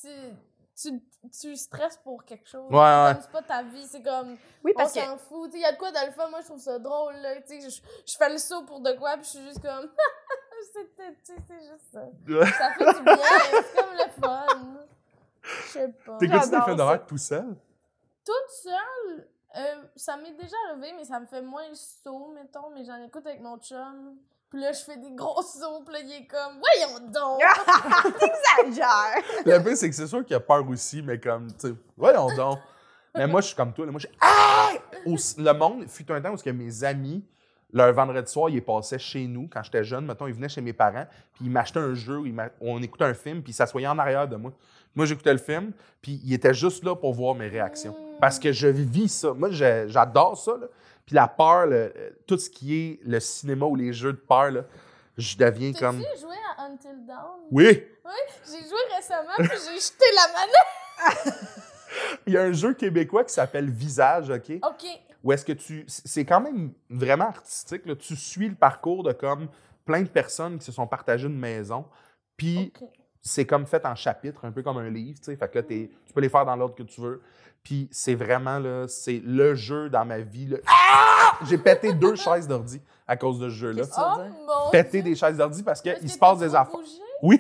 tu stresses pour quelque chose. Ouais, ouais. Comme c'est pas ta vie, c'est comme Oui, on parce que s'en fout. Tu sais, il y a de quoi dans le fun, moi je trouve ça drôle là, tu sais, je fais le saut pour de quoi puis je suis juste comme c'est juste ça. Ça fait du bien, c'est comme le fun. Je sais pas. T'écoutes des J'adore films d'horreur tout seul? Toute seule, ça m'est déjà arrivé, mais ça me fait moins saut, mettons, mais j'en écoute avec mon chum. Puis là, je fais des gros sauts, puis là, il est comme, voyons donc! T'exagères! Le pire, c'est que c'est sûr qu'il a peur aussi, mais comme, tu sais, voyons donc. Mais moi, je suis comme toi. Là, moi, le monde, fut un temps où mes amis, leur vendredi soir, ils passaient chez nous, quand j'étais jeune, mettons, ils venaient chez mes parents, puis ils m'achetaient un jeu, on écoutait un film, puis ils s'assoyaient en arrière de moi. Moi, j'écoutais le film, puis ils étaient juste là pour voir mes réactions. Parce que je vis ça. Moi, j'adore ça, là. Puis la peur, tout ce qui est le cinéma ou les jeux de peur, là, je deviens comme... T'as-tu joué à Until Dawn? Oui! Oui, j'ai joué récemment, puis j'ai jeté la manette! Il y a un jeu québécois qui s'appelle Visage, OK? OK. Où est-ce que c'est quand même vraiment artistique, là. Tu suis le parcours de comme plein de personnes qui se sont partagées une maison, puis c'est comme fait en chapitres, un peu comme un livre, tu sais. Fait que là, tu peux les faire dans l'ordre que tu veux. Puis c'est vraiment, là, c'est le jeu dans ma vie, là. Ah! J'ai pété 2 chaises d'ordi à cause de ce jeu-là. Qu'est-ce que Oh tu veux dire? mon Péter Dieu! des chaises d'ordi parce Est-ce qu'il que se passe t'as des trop affaires. bougé? Oui!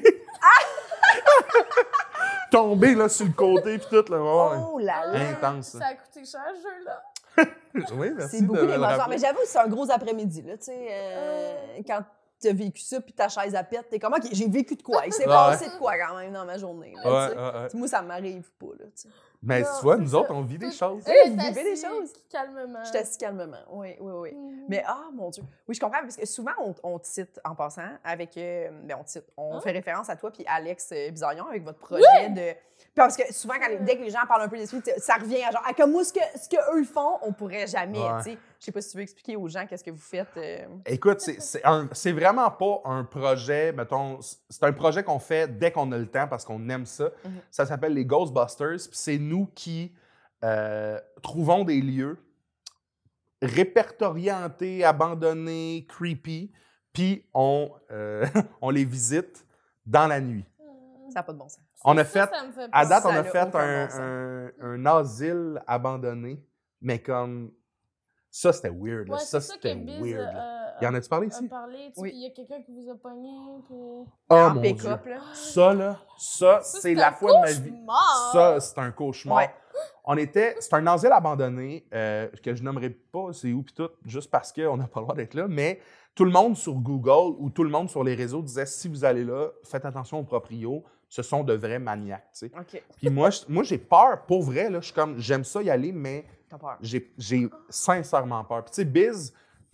Tomber, là, sur le côté, puis tout, là. Ouais. Oh là là! Intense, ça. Ça a coûté cher, ce jeu-là. Oui, merci C'est beaucoup de me le d'émotions. rappeler. Mais j'avoue, c'est un gros après-midi, là, tu sais. Quand t'as vécu ça, puis ta chaise à pète, t'es comme, OK, j'ai vécu de quoi? Il s'est Ouais. passé de quoi, quand même, dans ma journée, là, Ouais, tu sais. ouais, ouais. Moi, ça m'arrive pas, là, tu sais. Mais Non, tu vois, c'est nous ça. autres, on vit des choses. Oui, vous T'es vivez des assis choses. Calmement. Je t'assise calmement. Oui, oui, oui. Mais ah, mon Dieu. Oui, je comprends, parce que souvent, on te cite en passant avec. On fait référence à toi puis Alex Bizarion avec votre projet de. Parce que souvent, dès que les gens parlent un peu d'esprit, ça revient à genre, ah, comme moi, ce que eux font, on pourrait jamais, Ouais. tu sais. Je sais pas si tu veux expliquer aux gens qu'est-ce que vous faites. Écoute, c'est vraiment pas un projet, mettons, c'est un projet qu'on fait dès qu'on a le temps parce qu'on aime ça. Ça s'appelle les Ghostbusters, puis c'est nous qui trouvons des lieux répertoriés, abandonnés, creepy, puis on les visite dans la nuit. Ça n'a pas de bon sens. On a Ça, fait, ça me fait à peur. date, on Ça a n'a fait aucun bon un asile abandonné, mais comme ça, c'était weird. Là. Ouais, Ça, c'est ça c'était que Biz weird. là. Y en a-tu parlé ici? a parlé, tu sais, Oui. puis il y a quelqu'un qui vous a pogné, puis... Oh En mon pick-up, Dieu. là. Ça, là, c'est la fois de ma vie. Ça, c'est un cauchemar. Ouais. C'est un asile abandonné que je nommerai pas c'est où pis tout, juste parce qu'on n'a pas le droit d'être là, mais tout le monde sur Google ou tout le monde sur les réseaux disait si vous allez là, faites attention aux proprios, ce sont de vrais maniaques, tu sais. OK. Puis moi, j'ai peur, pour vrai, là, je suis comme, j'aime ça y aller, mais T'as peur. j'ai sincèrement peur. Puis tu sais, Biz,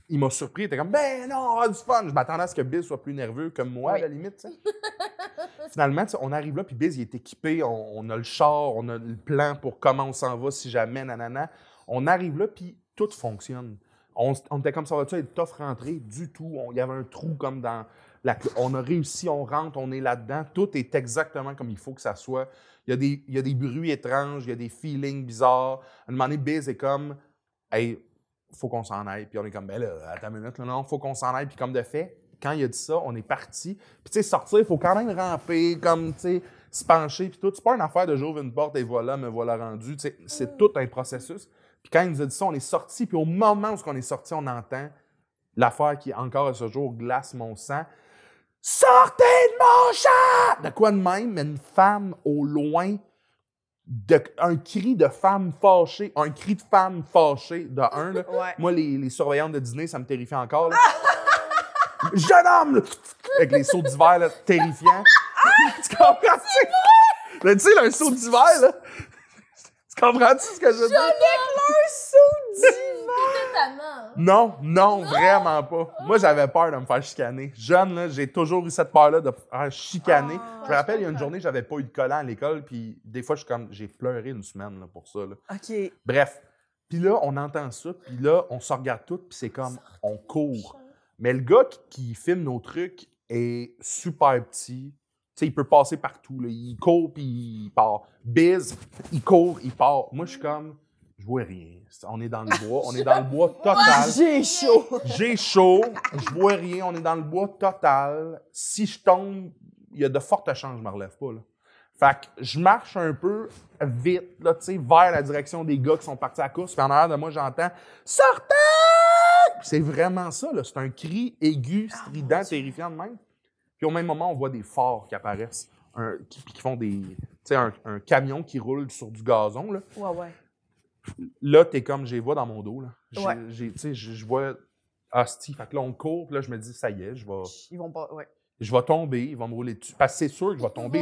il m'a surpris. Il était comme, ben non, on va avoir du fun. Je m'attendais à ce que Biz soit plus nerveux que moi, à la limite. T'sais. Finalement, on arrive là, puis Biz, il est équipé. On a le char, on a le plan pour comment on s'en va si jamais, nanana. On arrive là, puis tout fonctionne. On était comme ça, va-tu être tough rentré? Du tout. Il y avait un trou comme dans on a réussi, on rentre, on est là-dedans. Tout est exactement comme il faut que ça soit. Il y a des bruits étranges, il y a des feelings bizarres. À un moment donné, Biz est comme, hey, faut qu'on s'en aille. Puis on est comme, ben là, attends une minute, là, non, faut qu'on s'en aille. Puis comme de fait, quand il a dit ça, on est parti. Puis tu sais, sortir, il faut quand même ramper, comme, tu sais, se pencher. Puis tout, c'est pas une affaire de j'ouvre une porte et voilà, me voilà rendu. Tu sais, c'est tout un processus. Puis quand il nous a dit ça, on est sorti. Puis au moment où on est sorti, on entend l'affaire qui, encore à ce jour, glace mon sang. Sortez de mon champ! De quoi de même? Mais une femme au loin, un cri de femme fâchée, un cri de femme fâchée, de un. Là. Ouais. Moi, les surveillantes de dîner, ça me terrifie encore. Là. Jeune homme! Là, avec les sauts d'hiver, là, terrifiants. Tu comprends-tu? Là, tu sais, là, un saut d'hiver, là. Tu comprends-tu ce que je veux dire? Un saut d'hiver! Non, vraiment pas. Moi, j'avais peur de me faire chicaner. Jeune, là, j'ai toujours eu cette peur-là de me faire chicaner. Je me rappelle, il y a une journée, j'avais pas eu de collant à l'école, puis des fois, j'ai pleuré une semaine là, pour ça. Là. OK. Bref. Puis là, on entend ça, puis là, on se regarde tous, puis c'est comme, on court. Mais le gars qui filme nos trucs est super petit. Tu sais, il peut passer partout. Là. Il court, puis il part. Biz, il court, il part. Moi, je suis comme... Je vois rien. On est dans le bois. On est dans le bois total. J'ai chaud. J'ai chaud. Je vois rien. On est dans le bois total. Si je tombe, il y a de fortes chances que je me relève pas. Là. Fait que je marche un peu vite, là, tu sais, vers la direction des gars qui sont partis à la course. Puis en arrière de moi, j'entends « Sortez! » C'est vraiment ça. Là. C'est un cri aigu, strident, terrifiant de même. Puis au même moment, on voit des phares qui apparaissent. Qui font des... Tu sais, un camion qui roule sur du gazon. Là. Ouais. Là, t'es comme, j'ai vois dans mon dos. Là. Ouais. Je vois hostie. Fait que là, on court. Puis là, je me dis, ça y est, Ils vont pas, ouais. Je vais tomber. Ils vont me rouler dessus. Parce que c'est sûr que je vais tomber.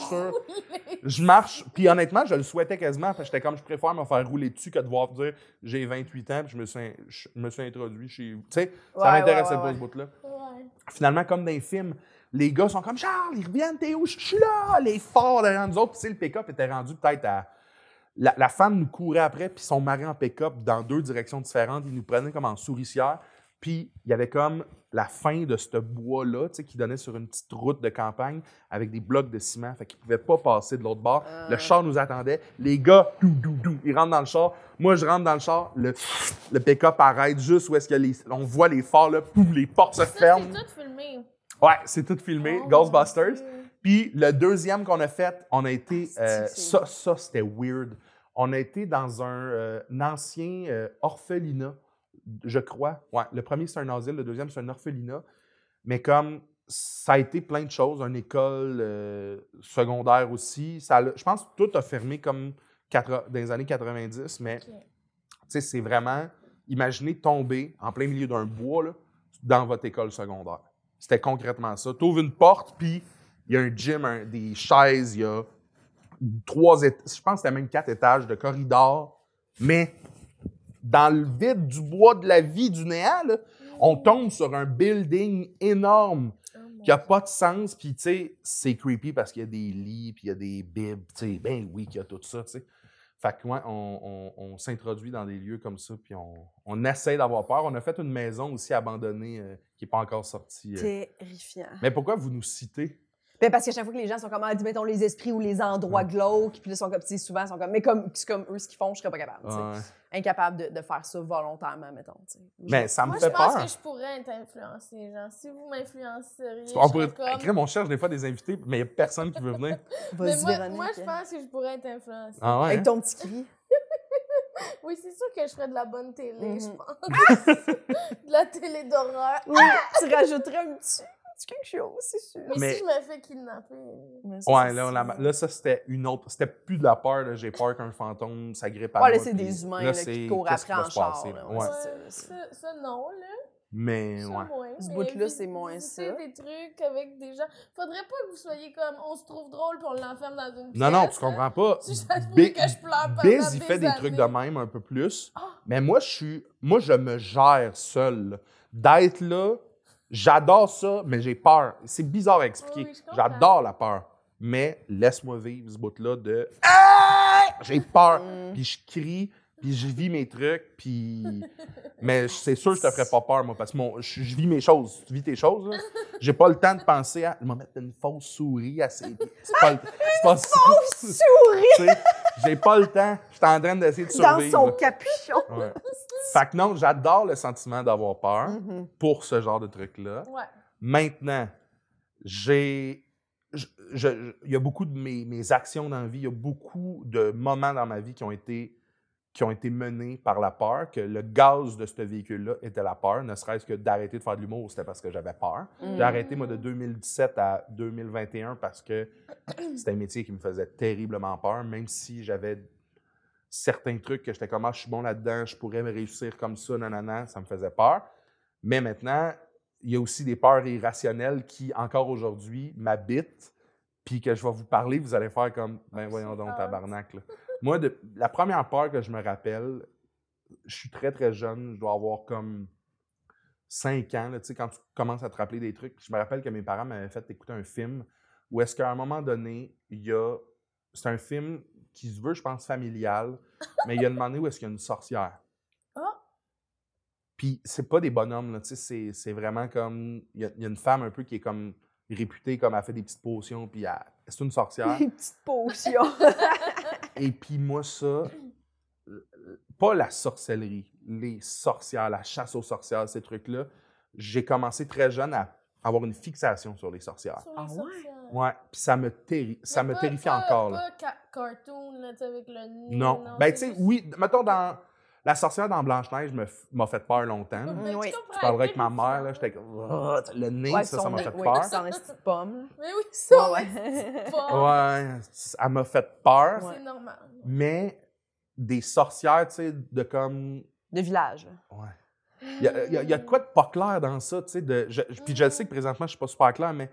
Je marche. Puis honnêtement, je le souhaitais quasiment. Parce que j'étais comme, je préfère me faire rouler dessus que de devoir dire, j'ai 28 ans. Puis je me suis introduit chez vous. Tu sais, ça m'intéressait pas ce bout-là. Ouais. Finalement, comme dans les films, les gars sont comme, Charles, ils reviennent, t'es où? Je suis là. Les forts derrière nous autres. Puis tu sais, le pick-up était rendu peut-être à... La femme nous courait après, puis son mari en pick-up dans 2 directions différentes. Ils nous prenaient comme en souricière. Puis il y avait comme la fin de ce bois-là, tu sais, qui donnait sur une petite route de campagne avec des blocs de ciment. Fait qu'ils ne pouvaient pas passer de l'autre bord. Le char nous attendait. Les gars, ils rentrent dans le char. Moi, je rentre dans le char. Le pick-up arrête juste où est-ce que on voit les phares, là, pouf, les portes se ferment. C'est tout filmé. Ouais, c'est tout filmé. Ghostbusters. Puis le deuxième qu'on a fait, on a été... ça, c'était weird. On a été dans un ancien orphelinat, je crois. Ouais, le premier, c'est un asile. Le deuxième, c'est un orphelinat. Mais comme ça a été plein de choses, une école secondaire aussi. Je pense que tout a fermé comme dans les années 90, mais tu sais, c'est vraiment... Imaginez tomber en plein milieu d'un bois là, dans votre école secondaire. C'était concrètement ça. Tu ouvres une porte, puis il y a un gym, des chaises, il y a 3 étages, je pense que c'était même 4 étages de corridor, mais dans le vide du bois de la vie du néant, là, on tombe sur un building énorme qui n'a pas de sens, puis tu sais, c'est creepy parce qu'il y a des lits, puis il y a des bibs, tu sais, ben oui, qu'il y a tout ça, tu sais. Fait que ouais, on s'introduit dans des lieux comme ça, puis on essaie d'avoir peur. On a fait une maison aussi abandonnée qui n'est pas encore sortie. Terrifiant. Mais pourquoi vous nous citez? Ben parce qu'à chaque fois que les gens sont comme, mettons les esprits ou les endroits glauques, puis là, ils sont comme, souvent, ils sont comme, mais c'est comme eux ce qu'ils font, je serais pas capable. Incapable de faire ça volontairement, mettons. Mais ça me Moi, fait peur. je pense que je pourrais être influencée. Genre, si vous m'influenceriez. On pourrait écrire, mon cherche des fois des invités, mais il n'y a personne qui veut venir. Mais moi, je pense que je pourrais être influencée. Ah ouais, avec ton petit cri. Oui, c'est sûr que je ferais de la bonne télé, je pense. De la télé d'horreur. Oui, tu rajouterais un petit quelque chose, c'est sûr. Mais si je me fais kidnapper... Ouais, là, ça, c'était une autre... C'était plus de la peur, là. J'ai peur qu'un fantôme s'agrippe à moi. Ouais, là, c'est des humains là, qui courent après en char. Ça, non, là. Mais Ça, ouais. moins, Ce mais bout-là, c'est moins visiter ça. des trucs avec des gens. Faudrait pas que vous soyez comme on se trouve drôle puis on l'enferme dans une pièce. Non, tu comprends pas. Si ça se pourrait que je pleure pendant Biz, il des fait des trucs de années. même un peu plus. Ah! Mais moi, je me gère seul. Là. D'être là, j'adore ça, mais j'ai peur. C'est bizarre à expliquer. Oui, je comprends. J'adore la peur. Mais laisse-moi vivre ce bout-là de Ah! J'ai peur. Puis je crie, puis je vis mes trucs, puis. Mais c'est sûr que je te ferais pas peur, moi, parce que je vis mes choses. Tu vis tes choses, là. J'ai pas le temps de penser à me mettre une fausse souris à ses pieds. C'est pas Souris tu sais, j'ai pas le temps. Je suis en train d'essayer de dans survivre. son là. capuchon. Ouais. Fait que non, j'adore le sentiment d'avoir peur Mhm. pour ce genre de truc-là. Ouais. Maintenant, il y a beaucoup de mes actions dans la vie, il y a beaucoup de moments dans ma vie qui ont été menés par la peur, que le gaz de ce véhicule-là était la peur, ne serait-ce que d'arrêter de faire de l'humour, c'était parce que j'avais peur. J'ai arrêté, moi, de 2017 à 2021 parce que c'était un métier qui me faisait terriblement peur, même si j'avais certains trucs que j'étais comme « Ah, je suis bon là-dedans, je pourrais me réussir comme ça, nanana », ça me faisait peur. Mais maintenant, il y a aussi des peurs irrationnelles qui, encore aujourd'hui, m'habitent, puis que je vais vous parler, vous allez faire comme « Ben voyons donc, tabarnak. » Moi, la première peur que je me rappelle, je suis très, très jeune, je dois avoir comme 5 ans, là, tu sais, quand tu commences à te rappeler des trucs. Je me rappelle que mes parents m'avaient fait écouter un film où est-ce qu'à un moment donné, c'est un film qui se veut, je pense, familial, mais il y a une moment donné où est-ce qu'il y a une sorcière. Ah! Puis c'est pas des bonhommes, là, tu sais, c'est vraiment comme... Il y a une femme un peu qui est comme réputée comme elle fait des petites potions, puis c'est une sorcière. Des petites potions. Et puis moi, ça, pas la sorcellerie, les sorcières, la chasse aux sorcières, ces trucs-là, j'ai commencé très jeune à avoir une fixation sur les sorcières. Sur les Ah ouais? sorcières. Ouais, puis ça me terrifie encore. Là. Pas cartoon, là, tu sais, avec le nez. Non. Ben, tu c'est sais, juste- oui, mettons, dans la sorcière dans Blanche-Neige m'a fait peur longtemps. là. Mais tu Oui. comprends, Je parlerai avec ma terrifiant. mère, là, j'étais comme, Ah, le nez, Ouais, ça m'a fait oui, peur. son esti de pomme. Mais oui, ça, Ouais, c'est ouais. pas. Ouais, elle m'a fait peur, C'est normal. mais des sorcières, tu sais, de comme... De village. Ouais. Il y a de quoi de pas clair dans ça, tu sais. Puis je le sais que présentement, je suis pas super clair, mais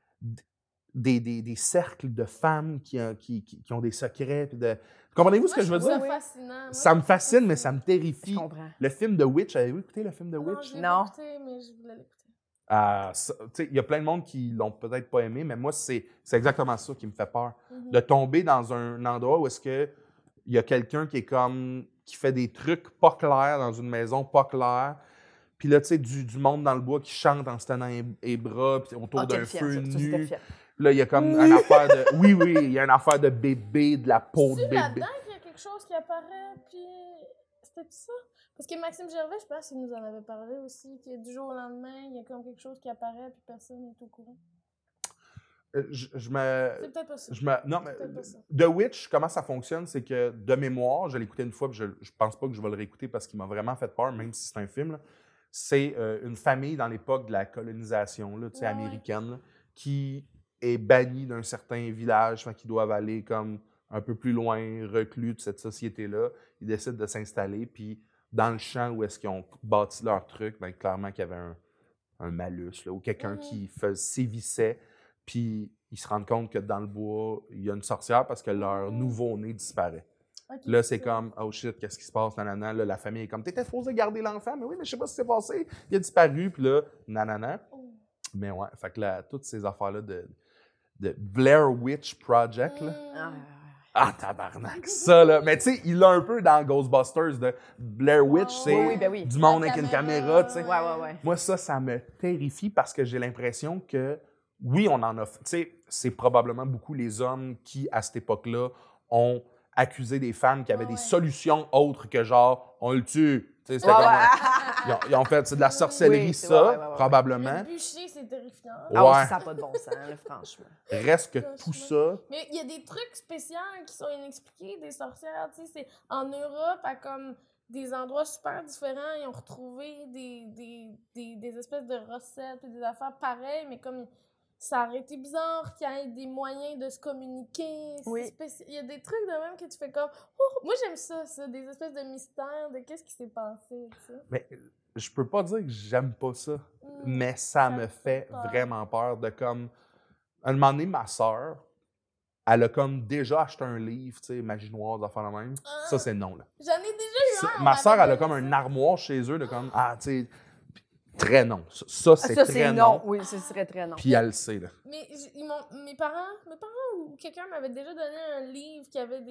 des cercles de femmes qui ont des secrets. Puis comprenez-vous ce que je veux dire? C'est fascinant. Ça me fascine, mais ça me Je terrifie. comprends. Le film The Witch, avez-vous écouté le film The Non, Witch? je l'ai Non. pas écouté, mais je voulais l'écouter. Il y a plein de monde qui l'ont peut-être pas aimé, mais moi, c'est exactement ça qui me fait peur. Mhm. De tomber dans un endroit où est-ce que il y a quelqu'un qui fait des trucs pas clairs dans une maison pas claire. Puis là, tu sais, du monde dans le bois qui chante en se tenant les bras puis autour d'un feu nu. Puis là, il y a comme une affaire de... Oui, il y a une affaire de bébé, de la peau de C'est bébé. là-dedans qu'il y a quelque chose qui apparaît, puis... C'était ça? Parce que Maxime Gervais, je pense qu'il nous en avait parlé aussi, que du jour au lendemain, il y a comme quelque chose qui apparaît, puis personne n'est au courant. Je me... C'est peut-être pas ça. Non, mais Peut-être pas ça. The Witch, comment ça fonctionne, c'est que de mémoire, je l'ai écouté une fois, puis je pense pas que je vais le réécouter parce qu'il m'a vraiment fait peur, même si c'est un film. Là. C'est une famille dans l'époque de la colonisation là, Ouais. américaine là, qui est bannie d'un certain village, qui doivent aller comme un peu plus loin, reclus de cette société-là. Ils décident de s'installer, puis dans le champ où est-ce qu'ils ont bâti leur truc, bien, clairement qu'il y avait un malus là, ou quelqu'un qui sévissait. Puis ils se rendent compte que dans le bois, il y a une sorcière parce que leur nouveau-né disparaît. Ok, Là, c'est comme, oh shit, qu'est-ce qui se passe, nanana. Là, la famille est comme, t'étais supposé garder l'enfant, mais oui, mais je sais pas ce qui s'est passé. Il a disparu, puis là, nanana. Oh. Mais ouais, fait que là, toutes ces affaires-là de Blair Witch Project, là. Ah, tabarnak, ça, là. Mais tu sais, il l'a un peu dans Ghostbusters de Blair Witch, c'est oui. du monde La avec une caméra, caméra, tu sais. Ouais. Moi, ça me terrifie parce que j'ai l'impression que, oui, on en a... Tu sais, c'est probablement beaucoup les hommes qui, à cette époque-là, ont accusé des femmes qui avaient des solutions autres que genre, on le tue. Tu sais, c'était comme... Ils ont fait, c'est de la sorcellerie, Oui, ça, probablement. Le bûcher, c'est terrifiant. Ah ouais, Ouais. ça n'a pas de bon sens, là, franchement. Reste que tout ça... Mais il y a des trucs spéciaux qui sont inexpliqués, des sorcières, tu sais, c'est en Europe, à comme des endroits super différents, ils ont retrouvé des espèces de recettes et des affaires pareilles, mais comme ça aurait été bizarre qu'il y ait des moyens de se communiquer. Oui. Il y a des trucs de même que tu fais comme... Oh, moi, j'aime ça, des espèces de mystères de qu'est-ce qui s'est passé, tu sais. Mais je peux pas dire que j'aime pas ça, mais ça me fait peur. vraiment peur de comme... À un moment donné, ma sœur, elle a comme déjà acheté un livre, tu sais, Magie noire, des affaires de même. Ça, c'est non, là. J'en ai déjà eu un. Ma sœur, elle a comme un armoire chez eux de comme... Ah, tu sais... Très non. Ça, c'est très non. Oui, ce serait très non. Puis elle le sait, là. Mais mes parents ou quelqu'un m'avait déjà donné un livre qui avait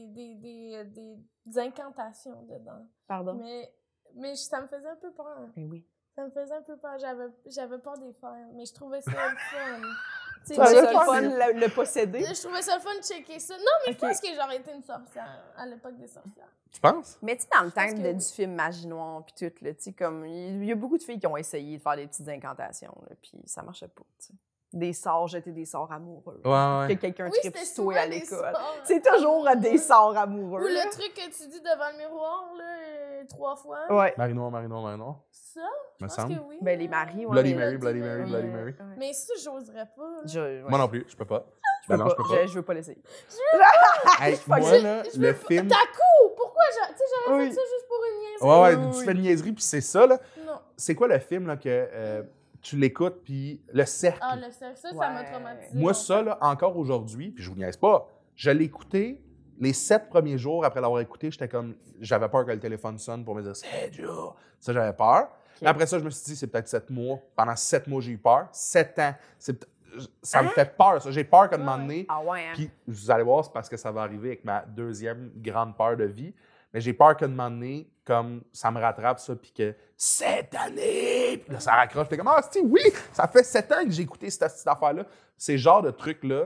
des incantations dedans. Pardon? Mais ça me faisait un peu peur. Mais oui. Ça me faisait un peu peur. J'avais peur des faire, mais je trouvais ça le fun. Tu trouvais ça le fun, le posséder? Je trouvais ça le fun de checker ça. Non, mais je pense que j'aurais été une sorcière à l'époque des sorcières. Tu penses? Mais tu sais, dans le temps du film Magie noire, puis tout, là, tu sais, comme, il y a beaucoup de filles qui ont essayé de faire des petites incantations, là, puis ça marchait pas, tu sais. Des sorts, jeter des sorts amoureux. Ouais. Que quelqu'un tripe sur toi à l'école. Sorts. C'est toujours des sorts amoureux. Ou le truc que tu dis devant le miroir, là, 3 fois. Ouais. Marie noire. Ça? Me Je pense semble. que oui. Ben, les maris, ouais. Bloody mais- Mary. Ouais. Mais ça, j'oserais pas. Là. Ouais. Moi non plus, je peux pas. Je Non, je peux pas. Je veux pas l'essayer. Hey, Fuck moi, it. là, le film... T'as coup! Pourquoi tu sais, j'aurais Oui. fait ça juste pour une niaiserie? Ouais, Oui. tu fais une niaiserie, puis c'est ça, là. Non. C'est quoi le film, là, que tu l'écoutes, puis Le Cercle? Ah, le sexe, ça m'a traumatisé. Moi, ça, là, encore aujourd'hui, puis je vous niaise pas, je l'ai écouté les 7 premiers jours après l'avoir écouté, j'étais comme... J'avais peur que le téléphone sonne pour me dire « C'est dur! » Ça, j'avais peur. Okay. Après ça, je me suis dit, c'est peut-être 7 mois. Pendant 7 mois, j'ai eu peur. 7 ans. Ça me fait peur, ça. J'ai peur qu'à un moment donné... Ah ouais, hein? Puis, vous allez voir, c'est parce que ça va arriver avec ma deuxième grande peur de vie. Mais j'ai peur qu'à un moment donné, comme ça me rattrape, ça, puis que 7 années! Puis là, ça raccroche. Puis comme, ah, si, oui! Ça fait 7 ans que j'ai écouté cette affaire-là. Ces genres de trucs-là,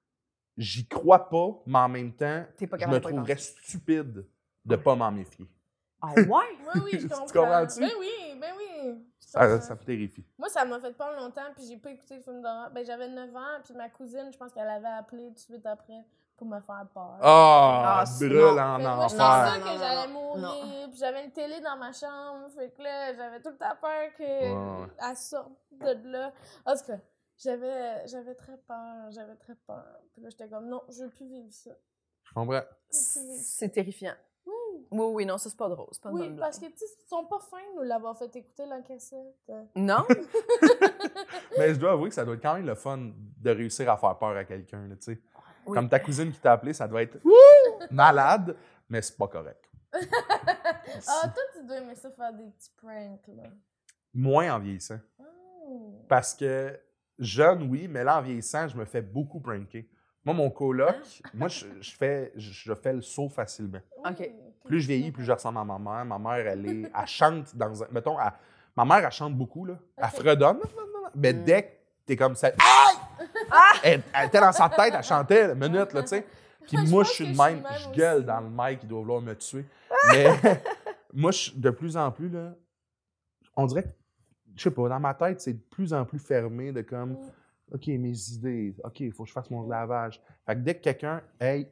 j'y crois pas, mais en même temps, T'es pas je capable me de pas y trouverais penser. stupide de pas m'en méfier. Ah ouais? Oui, je comprends. Tu comprends-tu? Ben oui. Ça me terrifie. Moi, ça m'a fait peur longtemps, puis j'ai pas écouté le film d'horreur. Ben, j'avais 9 ans, puis ma cousine, je pense qu'elle avait appelé tout de suite après pour me faire peur. Ah, c'est brûle non. en Fait que moi, je enfer. pensais Non, que non, j'allais non. mourir, puis j'avais une télé dans ma chambre, fait que là, j'avais tout le temps peur Ouais. qu'elle sorte de là. En tout cas, j'avais très peur. Puis là, j'étais comme, non, je veux plus vivre ça. Je comprends. C'est terrifiant. Oui, non, ça, c'est pas drôle. C'est pas une Oui, bonne blague. parce que, tu sais, ils sont pas fins de nous l'avoir fait écouter la cassette. Non? Mais je dois avouer que ça doit être quand même le fun de réussir à faire peur à quelqu'un, là, tu sais. Oui. Comme ta cousine qui t'a appelé, ça doit être malade, mais c'est pas correct. Ah, toi, tu dois aimer ça faire des petits pranks, là. Moins en vieillissant. Oh. Parce que jeune, oui, mais là, en vieillissant, je me fais beaucoup pranker. Moi, mon coloc, moi, je fais le saut facilement. OK. Plus je vieillis, plus je ressemble à ma mère. Ma mère, elle chante dans un... Mettons, ma mère, elle chante beaucoup, là. Elle fredonne. Mais dès que t'es comme ça... Elle était dans sa tête, elle chantait, une minute, là, tu sais. Puis Je moi, pense je suis que de je suis même, de même je gueule aussi. dans le mic, il doit vouloir me tuer. Mais moi, de plus en plus, là, on dirait que, je sais pas, dans ma tête, c'est de plus en plus fermé de comme... OK, mes idées. OK, il faut que je fasse mon lavage. Fait que dès que quelqu'un, hey,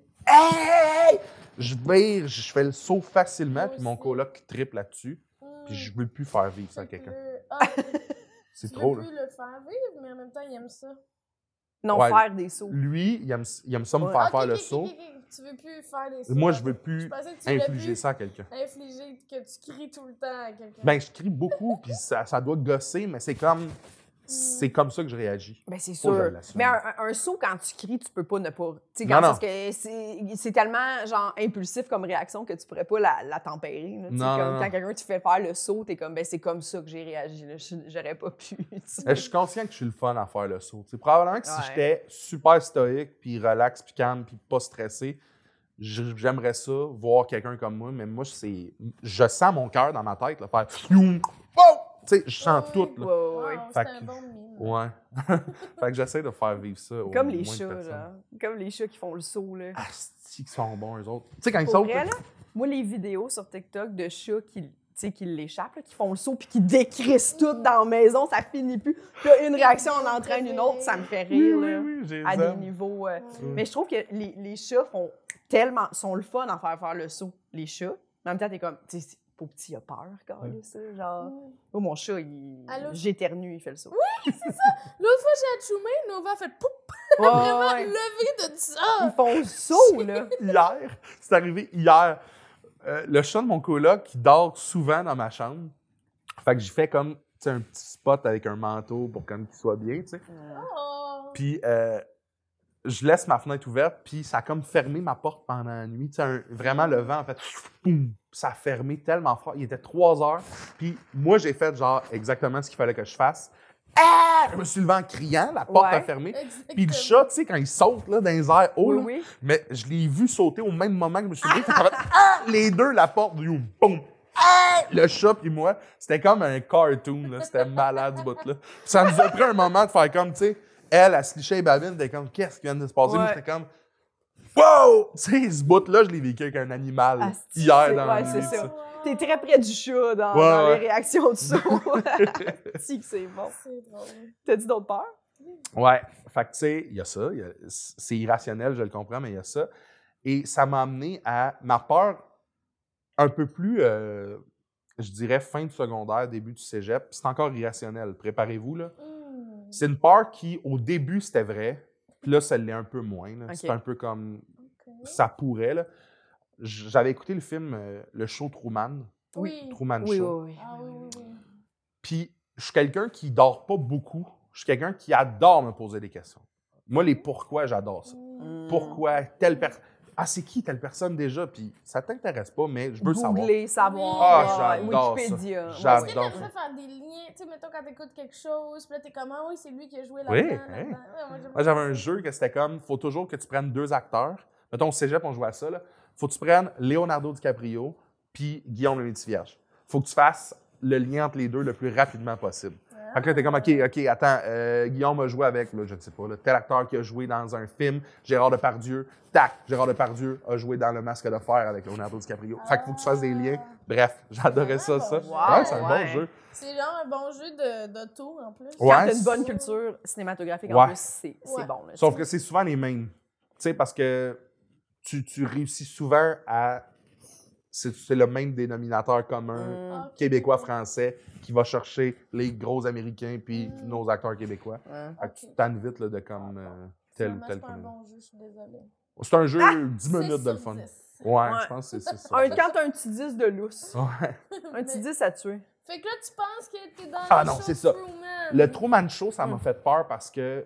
je vire, je fais le saut facilement, Moi puis mon aussi. coloc triple là-dessus, puis je veux plus faire vivre ça à quelqu'un. C'est Tu trop, veux là. plus le faire vivre, mais en même temps, il aime ça. Non, Ouais. faire des sauts. Lui, il aime ça me Ouais. faire Ok, faire le ok, saut. ok. Tu veux plus faire des sauts. Moi, je veux plus Je pensais que tu voulais infliger plus ça à quelqu'un. infliger que tu cries tout le temps à quelqu'un. Ben, je crie beaucoup, puis ça doit gosser, mais c'est comme ça que je réagis. Ben, c'est Faut que je sûr. l'assume. Mais un saut, quand tu cries, tu peux pas ne pas. Tu sais, Non, quand non. parce que c'est tellement, genre, impulsif comme réaction que tu pourrais pas la tempérer. Là, tu sais, Non, comme non, quand non. quelqu'un te fait faire le saut, t'es comme, ben, c'est comme ça que j'ai réagi. Là. J'aurais pas pu. tu sais. Je suis conscient que je suis le fun à faire le saut. T'sais, probablement que si Ouais. j'étais super stoïque, puis relax, puis calme, puis pas stressé, j'aimerais ça, voir quelqu'un comme moi, mais moi, je sens mon cœur dans ma tête, là, faire oh! Tu sais, je sens Oui. tout. Là. Ouais, ouais, Wow, ouais. c'est Fait un que- bon mime. Ouais. Fait que j'essaie de faire vivre ça. au Comme les moins de chats, personnes. genre. Comme les chats qui font le saut, là. Asti, qu'ils sont bons, eux autres. Tu sais, quand ils Pour sautent. vrai, là, là, moi, les vidéos sur TikTok de chats qui l'échappent, là, qui font le saut puis qui décrissent tout dans la maison, ça finit plus. Puis là, une réaction en entraîne une autre, ça me fait rire, là, j'ai à des niveaux. Mais je trouve que les chats sont le fun à faire le saut, les chats. Mais en même temps, t'es comme, tu sais, pauvre petit, il a peur, quand même, ça. Genre, oh, mon chat, Allô? j'éternue, il fait le saut. Oui, c'est ça. L'autre fois, j'ai atchoumé, Nova a fait poup. Vraiment levé de ça. Ils font le saut, là. Hier, c'est arrivé hier. Le chat de mon coloc, il dort souvent dans ma chambre. Fait que j'ai fait comme un petit spot avec un manteau pour qu'il soit bien, tu sais. Oh. Puis je laisse ma fenêtre ouverte, puis ça a comme fermé ma porte pendant la nuit. Tu sais, vraiment, le vent, en fait, boum, ça a fermé tellement fort. Il était 3 heures. Puis moi, j'ai fait genre exactement ce qu'il fallait que je fasse. Ah! Je me suis levé en criant, la porte a fermé. Exactement. Puis le chat, tu sais, quand il saute là, dans les airs hauts, là, Oui. mais je l'ai vu sauter au même moment que je me suis levé. Ça fait les deux, la porte, boum! Ah! Le chat puis moi, c'était comme un cartoon, là. C'était malade, ce bout-là. Puis ça nous a pris un moment de faire comme, tu sais, elle se lichait les babines, elle était comme, qu'est-ce qui vient de se passer? Moi, j'étais comme, wow! Tu sais, ce bout-là, je l'ai vécu avec un animal hier dans la nuit. C'est ça. Wow. T'es très près du chat dans les réactions de saut. Si que c'est bon. C'est drôle. T'as dit d'autres peurs? Ouais. Fait que, tu sais, il y a ça. C'est irrationnel, je le comprends, mais il y a ça. Et ça m'a amené à ma peur un peu plus, je dirais, fin de secondaire, début du cégep. C'est encore irrationnel. Préparez-vous, là. C'est une peur qui, au début, c'était vrai. Puis là, ça l'est un peu moins. Là. Okay. C'est un peu comme ça pourrait. Là. J'avais écouté le film, le show Truman. Oui. Truman Oui, Show. oui, oui. Ah oui. Puis je suis quelqu'un qui dort pas beaucoup. Je suis quelqu'un qui adore me poser des questions. Moi, les pourquoi, j'adore ça. Pourquoi telle personne... Ah, c'est qui telle personne déjà? Puis ça t'intéresse pas, mais je veux Googler, savoir. Ah, j'adore Wikipédia. ça. Est-ce que J'adore t'aimerais faire des liens? Tu sais, mettons, quand t'écoutes quelque chose, puis là, t'es comme, ah oui, c'est lui qui a joué Oui, là-dedans. oui. là-dedans. Ouais, moi, Moi, j'avais un jeu que c'était comme, faut toujours que tu prennes 2 acteurs. Mettons, au cégep, on jouait à ça. Là. Faut que tu prennes Leonardo DiCaprio puis Guillaume le Métis-Vierge. Faut que tu fasses le lien entre les deux le plus rapidement possible. Fait que là, t'es comme, OK, attends, Guillaume a joué avec, là, je ne sais pas, là, tel acteur qui a joué dans un film, Gérard Depardieu. Tac, Gérard Depardieu a joué dans Le Masque de fer avec Leonardo DiCaprio. Fait qu'il faut que tu fasses des liens. Bref, j'adorais ça. Wow, Ouais, c'est un bon jeu. C'est genre un bon jeu d'auto, en plus. Quand t'as une bonne culture cinématographique, en plus, c'est bon. Là, sauf que c'est souvent les mêmes. Tu sais, parce que tu réussis souvent à... C'est le même dénominateur commun québécois-français qui va chercher les gros Américains puis nos acteurs québécois. Fait que tu te tannes vite là, de comme tel ou tel. C'est un bon jeu, je suis désolée. C'est un jeu 10 minutes de le fun. 10. Ouais, je pense que c'est ça. Quand t'as un petit 10 de lousse. Ouais. Un petit 10 à tuer. Fait que là, tu penses que t'es dans Ah le non, show c'est ça. Truman. Le Truman Show, ça m'a fait peur parce que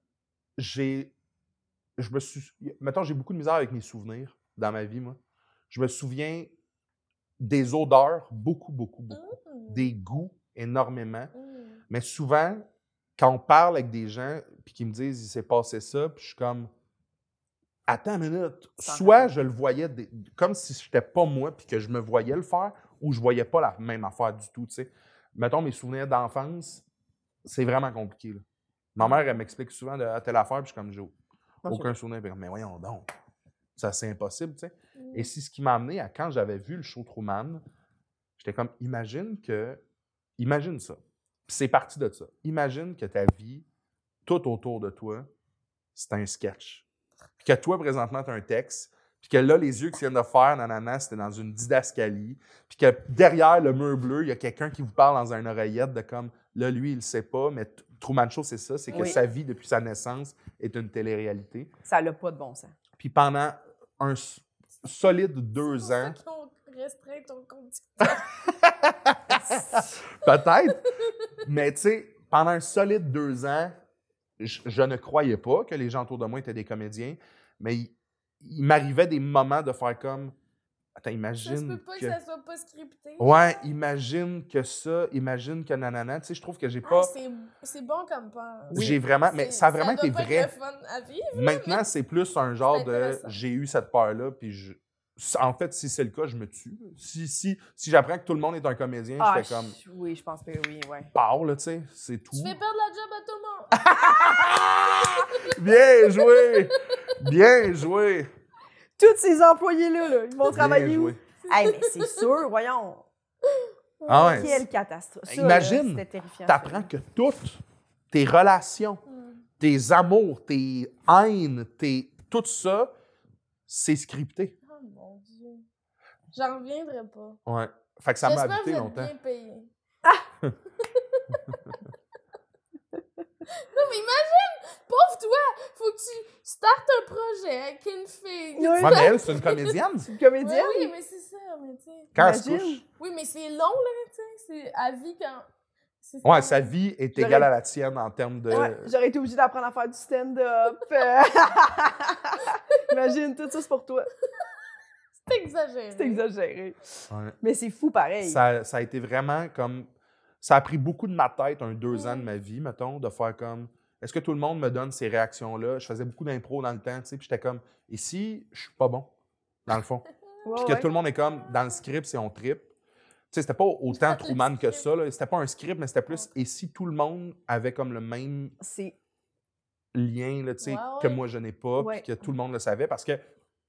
mettons, j'ai beaucoup de misère avec mes souvenirs dans ma vie, moi. Je me souviens des odeurs, beaucoup. Des goûts, énormément. Mais souvent, quand on parle avec des gens puis qu'ils me disent « il s'est passé ça », puis je suis comme « attends une minute ». Soit je le voyais comme si c'était pas moi puis que je me voyais le faire ou je voyais pas la même affaire du tout, tu sais. Mettons, mes souvenirs d'enfance, c'est vraiment compliqué, là. Ma mère, elle m'explique souvent de telle affaire puis je suis comme « j'ai aucun souvenir ». Puis mais voyons donc, ça c'est impossible, tu sais. Et c'est ce qui m'a amené à quand j'avais vu le show Truman, j'étais comme imagine ça. Puis c'est parti de ça. Imagine que ta vie, tout autour de toi, c'est un sketch. Puis que toi, présentement, tu as un texte. Puis que là, les yeux que tu viens de faire, nanana, c'était dans une didascalie. Puis que derrière le mur bleu, il y a quelqu'un qui vous parle dans une oreillette de comme, là, lui, il le sait pas, mais Truman Show, c'est ça. C'est que sa vie, depuis sa naissance, est une télé-réalité. Ça n'a pas de bon sens. Puis pendant un solide 2 ans... C'est pour ça qu'on restreint ton conducteur. Peut-être. Mais tu sais, pendant un solide 2 ans, je ne croyais pas que les gens autour de moi étaient des comédiens, mais il m'arrivait des moments de faire comme... Attends, imagine ça se peut pas que ça soit pas scripté. Ouais, imagine que nanana. Tu sais, je trouve que j'ai pas... C'est bon comme peur. J'ai vraiment... Mais ça a vraiment été vrai. Être le fun à vivre, maintenant, c'est plus un genre de... intéressant. J'ai eu cette peur-là, puis en fait, si c'est le cas, je me tue. Si j'apprends que tout le monde est un comédien, je fais comme... Oui, je pense que oui, ouais. Pars, là, tu sais, c'est tout. Tu fais perdre la job à tout le monde. Bien joué! Bien joué! Tous ces employés-là, là, ils vont travailler où? Joué. Hey, mais c'est sûr, voyons. Ah ouais. Quelle catastrophe. Ça, imagine, c'était terrifiant. t'apprends que toutes tes relations, tes amours, tes haines, tout ça, c'est scripté. Oh mon Dieu. J'en reviendrai pas. Ouais. Fait que ça m'a J'espère que habité vous êtes longtemps. bien payé. Non, mais imagine, pauvre toi, faut que tu startes un projet avec une fille. Oui. Ouais, mais elle, c'est une comédienne. C'est une comédienne? Ouais, oui, mais c'est ça, mais tu sais. Quand elle se Imagine. couche. Oui, mais c'est long, là, tu sais. C'est à vie quand. c'est Ouais, ça. sa vie est J'aurais- égale à la tienne en termes de. Ouais, j'aurais été obligée d'apprendre à faire du stand-up. Imagine, tout ça, c'est pour toi. C'est exagéré. C'est exagéré. Ouais. Mais c'est fou pareil. Ça a été vraiment comme. Ça a pris beaucoup de ma tête, 2 ans de ma vie, mettons, de faire comme. Est-ce que tout le monde me donne ces réactions-là? Je faisais beaucoup d'impro dans le temps, tu sais, puis j'étais comme. Et si je suis pas bon, dans le fond? Ouais, Puis que ouais. tout le monde est comme. Dans le script, c'est on tripe. Tu sais, c'était pas autant Truman que ça, là. C'était pas un script, mais c'était plus. Et si tout le monde avait comme le même C'est lien, là, tu sais, Ouais, que ouais. moi je n'ai pas, Ouais. puis que tout le monde le savait, parce que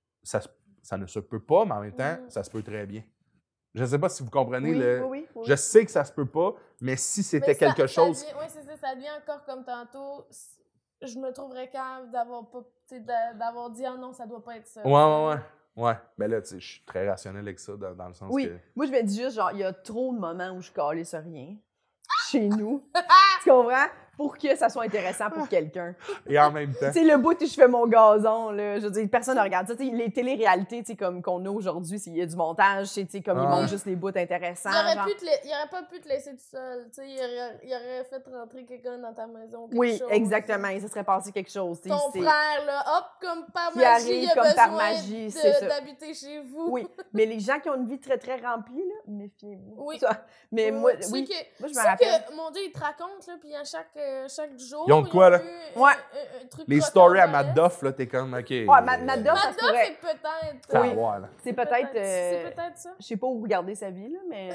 ça ne se peut pas, mais en même temps, Mm. ça se peut très bien. Je ne sais pas si vous comprenez oui, le. oui. Je sais que ça se peut pas, mais si c'était quelque chose. Oui, c'est ça, ça devient encore comme tantôt. Je me trouverais capable d'avoir pas, tu sais, d'avoir dit, ah non, ça doit pas être ça. Ouais. Mais là, tu sais, je suis très rationnel avec ça, dans le sens Oui, que. moi je me dis juste, genre, il y a trop de moments où je calais sur rien chez nous. Tu comprends? Pour que ça soit intéressant pour quelqu'un. Et en même temps. Tu sais, le bout où je fais mon gazon, là, je veux dire, personne ne regarde ça. Tu sais, les téléréalités, tu sais, comme qu'on a aujourd'hui, il y a du montage, tu sais, comme ils Ouais. montrent juste les bouts intéressants. Il aurait, genre. il aurait pas pu te laisser tout seul. Tu sais, il aurait fait rentrer quelqu'un dans ta maison. Quelque Oui, chose. exactement. Il se serait passé quelque chose. tu sais, Ton c'est- frère, là, hop, comme par Qui magie, arrive il a comme besoin par magie, c'est ça. d'habiter chez vous. Oui, mais les gens qui ont une vie très, très remplie, là, méfiez-vous. Oui. Ça. Mais moi, Ceux oui, que, moi, je me ceux rappelle. que, mon Dieu, ils te racontent, là, puis à chaque jour, Ils ont de quoi, ont là? eu Ouais. un truc Les croquant stories à dans Matt l'Est. Duff, là, t'es comme, OK. Ouais, Matt Duff, ça Matt se Duff, pourrait. c'est peut-être... Ça, Oui. ouais, là. C'est peut-être. C'est peut-être ça. Je sais pas où regarder sa vie, là, mais.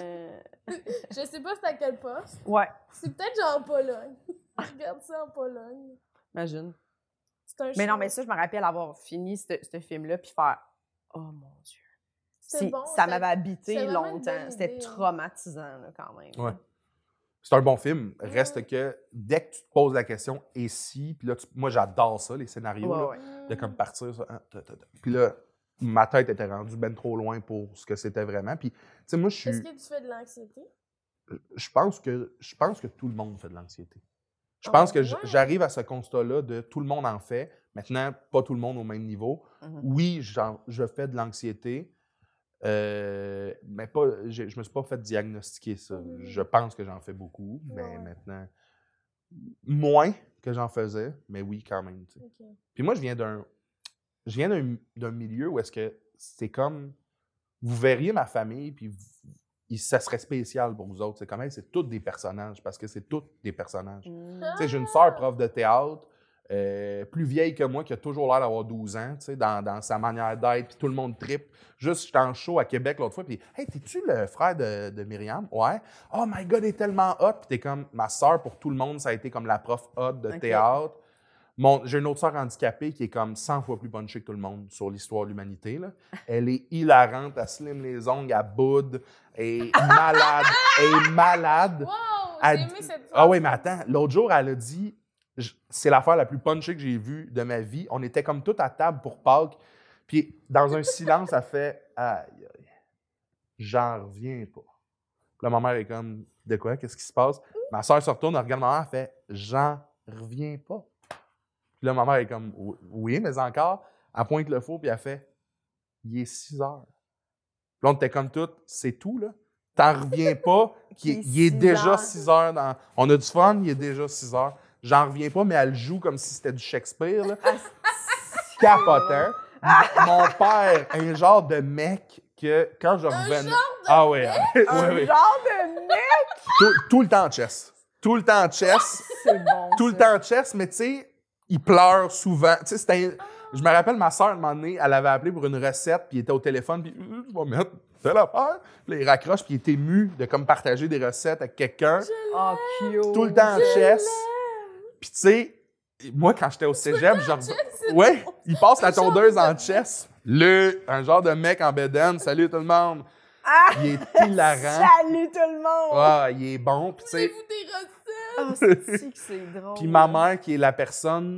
Je sais pas c'est à quel poste. Ouais, C'est peut-être genre en Pologne. Regarde ça en Pologne. imagine. C'est un Mais non, show. mais ça, je me rappelle avoir fini ce film-là, puis faire oh mon Dieu. C'est bon, ça m'avait c'est habité vraiment une longtemps. bonne C'était idée, hein. traumatisant, là, quand même. Ouais. C'est un bon film. Reste que dès que tu te poses la question, et si, puis là, moi, j'adore ça, les scénarios, Ouais, là, ouais. de comme partir, ça. Puis là, ma tête était rendue ben trop loin pour ce que c'était vraiment. Puis, tu sais, moi, Est-ce que tu fais de l'anxiété? je pense que tout le monde fait de l'anxiété. Je Ah, pense que ouais. j'arrive à ce constat-là de tout le monde en fait. Maintenant, pas tout le monde au même niveau. Mhm. Oui, je fais de l'anxiété, mais pas, je me suis pas fait diagnostiquer ça. Mhm. Je pense que j'en fais beaucoup, mais Ouais. maintenant, moins que j'en faisais, mais oui, quand même. Tu sais. Ok. Puis moi, je viens d'un milieu où est-ce que c'est comme, vous verriez ma famille, puis ça serait spécial pour vous autres. C'est quand même, c'est tous des personnages, parce que c'est tous des personnages. Mm. Tu sais, j'ai une sœur prof de théâtre, plus vieille que moi, qui a toujours l'air d'avoir 12 ans, tu sais, dans sa manière d'être, puis tout le monde trippe. Juste, j'étais en show à Québec l'autre fois, puis « Hey, t'es-tu le frère de Myriam? » « Ouais. »« Oh my God, elle est tellement hot! » Puis t'es comme, ma sœur, pour tout le monde, ça a été comme la prof hot de Ok. théâtre. J'ai une autre sœur handicapée qui est comme 100 fois plus punchée que tout le monde sur l'histoire de l'humanité, là. Elle est hilarante, elle slim les ongles, elle boude, elle est malade, Wow! Elle J'ai dit- aimé cette phrase. Ah oui, mais attends, l'autre jour, elle a dit, c'est l'affaire la plus punchée que j'ai vue de ma vie. On était comme tous à table pour Pâques, puis dans un silence, elle fait « Aïe, aïe, j'en reviens pas. » Puis là, ma mère est comme « De quoi? Qu'est-ce qui se passe? » Ma soeur se retourne, elle regarde ma mère, elle fait « J'en reviens pas. » Puis là, ma mère est comme « Oui, mais encore. » Elle pointe le faux, puis elle fait « Il est 6 heures. » Puis là, on était comme toutes « C'est tout, là? T'en reviens pas? Il est 6 déjà heures. 6 heures. On a du fun, il est déjà 6 heures. J'en reviens pas, mais elle joue comme si c'était du Shakespeare, là. Capotant. Mon père, un genre de mec que quand je revenais. Ah ouais, Un oui. genre de mec! Tout le temps en chess. Tout le temps en chess. C'est bon. Tout le ça. temps en chess, mais tu sais, il pleure souvent. Tu sais, je me rappelle, ma soeur, un moment donné, elle avait appelé pour une recette, puis il était au téléphone, puis je vais mettre telle affaire. Puis là, il raccroche, puis il est ému de comme partager des recettes avec quelqu'un. Oh, cute. Tout le temps en chess. Puis tu sais, moi, quand j'étais au cégep, genre. Ouais, il passe la tondeuse en chess. Un genre de mec en bedaine. Salut tout le monde. Ah! Il est hilarant. Salut tout le monde! Ah, il est bon. Puis tu sais. Voulez-vous des recettes? Ah, c'est que c'est drôle. Puis ma mère, qui est la personne.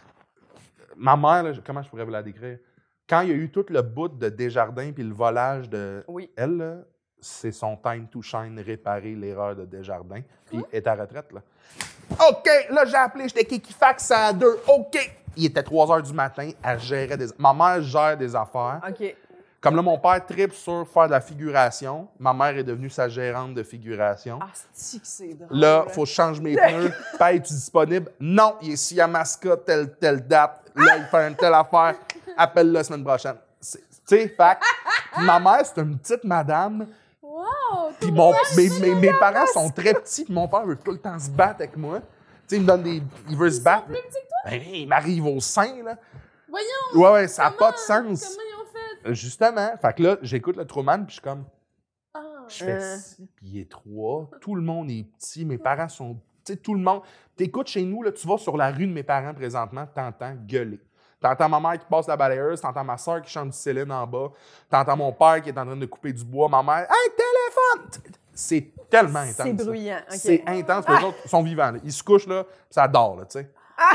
Ma mère, là, comment je pourrais vous la décrire? Quand il y a eu tout le bout de Desjardins puis le volage de. Oui. Elle, là, c'est son time to shine, réparer l'erreur de Desjardins. Puis elle est à retraite, là. OK, là, j'ai appelé, j'étais Kikifax à 2. OK. Il était 3 h du matin, elle gérait des... Ma mère gère des affaires. OK. Comme là, mon père tripe sur faire de la figuration. Ma mère est devenue sa gérante de figuration. Ah, c'est drôle. Là, il faut que je change mes pneus. Père, es-tu disponible? Non, il est ici à Masca, telle date. Là, il fait une telle affaire. Appelle-le la semaine prochaine. Tu sais, fait que ma mère, c'est une petite madame. Wow! Puis mes parents sont très petits. Puis mon père veut tout le temps se battre avec moi. Tu sais, il me donne des... Il veut se battre. Plus petit que toi? Ben, il m'arrive au sein, là. Voyons! Ouais, ça n'a pas de sens. Comment ils ont fait? Justement. Fait que là, j'écoute le Truman, puis je suis comme... Ah. Je fais 6, puis il est 3. Tout le monde est petit. Mes parents sont... Tu sais, tout le monde... T'écoutes chez nous, là, tu vas sur la rue de mes parents présentement, t'entends gueuler. T'entends ma mère qui passe la balayeuse, t'entends ma soeur qui chante du Céline en bas, t'entends mon père qui est en train de couper du bois, ma mère « Hey, téléphone! » C'est tellement intense. C'est bruyant. Okay. C'est intense. Les autres sont vivants. Là. Ils se couchent, là, puis ça dort, là, tu sais.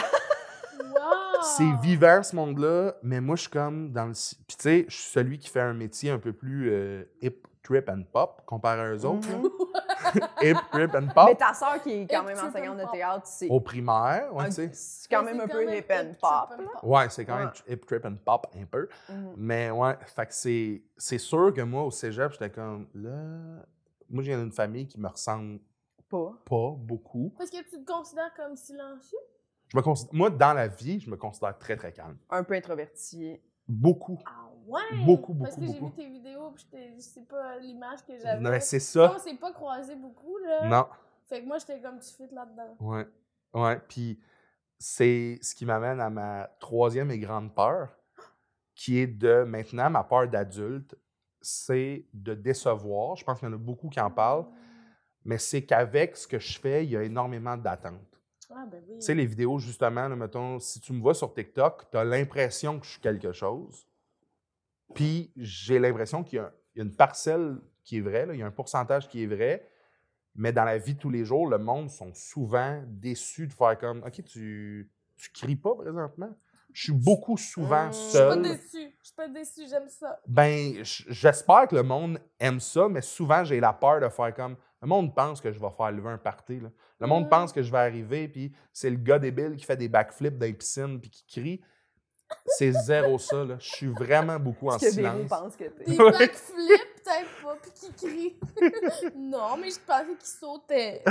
Wow! C'est vivant, ce monde-là, mais moi, je suis comme dans le... Puis tu sais, je suis celui qui fait un métier un peu plus hip, trip and pop, comparé à eux autres. Hip, trip and pop. Mais ta soeur, qui est quand Hip, même trip enseignante and de pop. théâtre, c'est Au primaire, ouais, tu sais. c'est quand même un peu hip and pop. Ouais, c'est quand même Ouais. hip, trip and pop, un peu. Mais ouais, fait que c'est sûr que moi, au cégep, j'étais comme, là... Moi, je viens d'une famille qui me ressemble pas beaucoup. Parce que tu te considères comme silencieux? Moi, dans la vie, je me considère très, très calme. Un peu introverti. Beaucoup. Ah ouais? Beaucoup, Parce que j'ai beaucoup. vu tes vidéos, puis je sais pas l'image que j'avais. Non, mais c'est Ça, ça. on s'est pas croisés beaucoup, là. Non. Fait que moi, j'étais comme tu fit là-dedans. Ouais. Ouais. Puis c'est ce qui m'amène à ma troisième et grande peur, qui est de maintenant, ma peur d'adulte, c'est de décevoir. Je pense qu'il y en a beaucoup qui en parlent, mais c'est qu'avec ce que je fais, il y a énormément d'attentes. Ah, ben oui. Tu sais, les vidéos, justement, là, mettons, si tu me vois sur TikTok, tu as l'impression que je suis quelque chose. Puis j'ai l'impression qu'il y a une parcelle qui est vraie, là, il y a un pourcentage qui est vrai, mais dans la vie de tous les jours, le monde sont souvent déçus de faire comme « OK, tu cries pas présentement? » Je suis beaucoup souvent seul. Je suis pas déçue, j'aime ça. Ben, j'espère que le monde aime ça, mais souvent, j'ai la peur de faire comme... Le monde pense que je vais faire lever un party, là. Le monde pense que je vais arriver, puis c'est le gars débile qui fait des backflips dans les piscines puis qui crie. C'est zéro ça, là. Je suis vraiment beaucoup en Ce que silence. Véro pense que t'es. Des backflips, peut-être pas, puis qui crie. Non, mais je pensais qu'il sautait.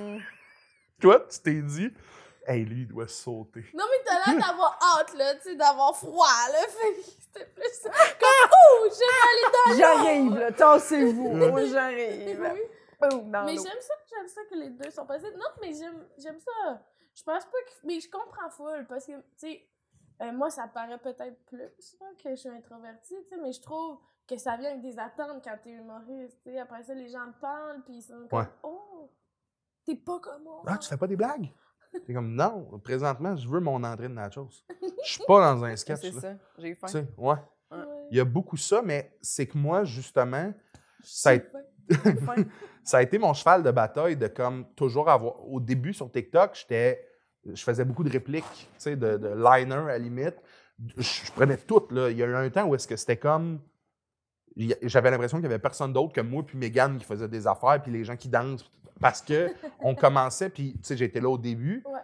Toi, tu t'es dit, hey, lui, il doit sauter. Non, mais t'as l'air d'avoir hâte, là, tu sais, d'avoir froid, là. Fait que c'était plus comme, oh, je vais aller dans l'eau. J'arrive, là, tassez-vous. Moi, j'arrive. Oui. Boum, dans Mais l'eau. j'aime ça que les deux sont passés. Non, mais j'aime ça. Je pense pas que. Mais je comprends full, parce que, tu sais, moi, ça paraît peut-être plus là, que je suis introvertie, tu sais, mais je trouve que ça vient avec des attentes quand t'es humoriste, tu sais. Après ça, les gens te parlent, puis ils sont comme, Ouais. oh, t'es pas comme moi. Ah, tu fais pas des blagues? T'es comme, non, présentement, je veux mon entrée de nachos. Je suis pas dans un sketch, C'est là. ça, j'ai faim. Tu sais, ouais. Ouais. Il y a beaucoup ça, mais c'est que moi, justement, J'ai faim. ça a été mon cheval de bataille de comme toujours avoir... Au début, sur TikTok, je faisais beaucoup de répliques, tu sais, de liner à la limite. Je prenais toutes, là. Il y a eu un temps où est-ce que c'était comme... J'avais l'impression qu'il n'y avait personne d'autre que moi puis Mégane qui faisait des affaires, puis les gens qui dansent. Parce que on commençait, puis tu sais, j'étais là au début. Ouais.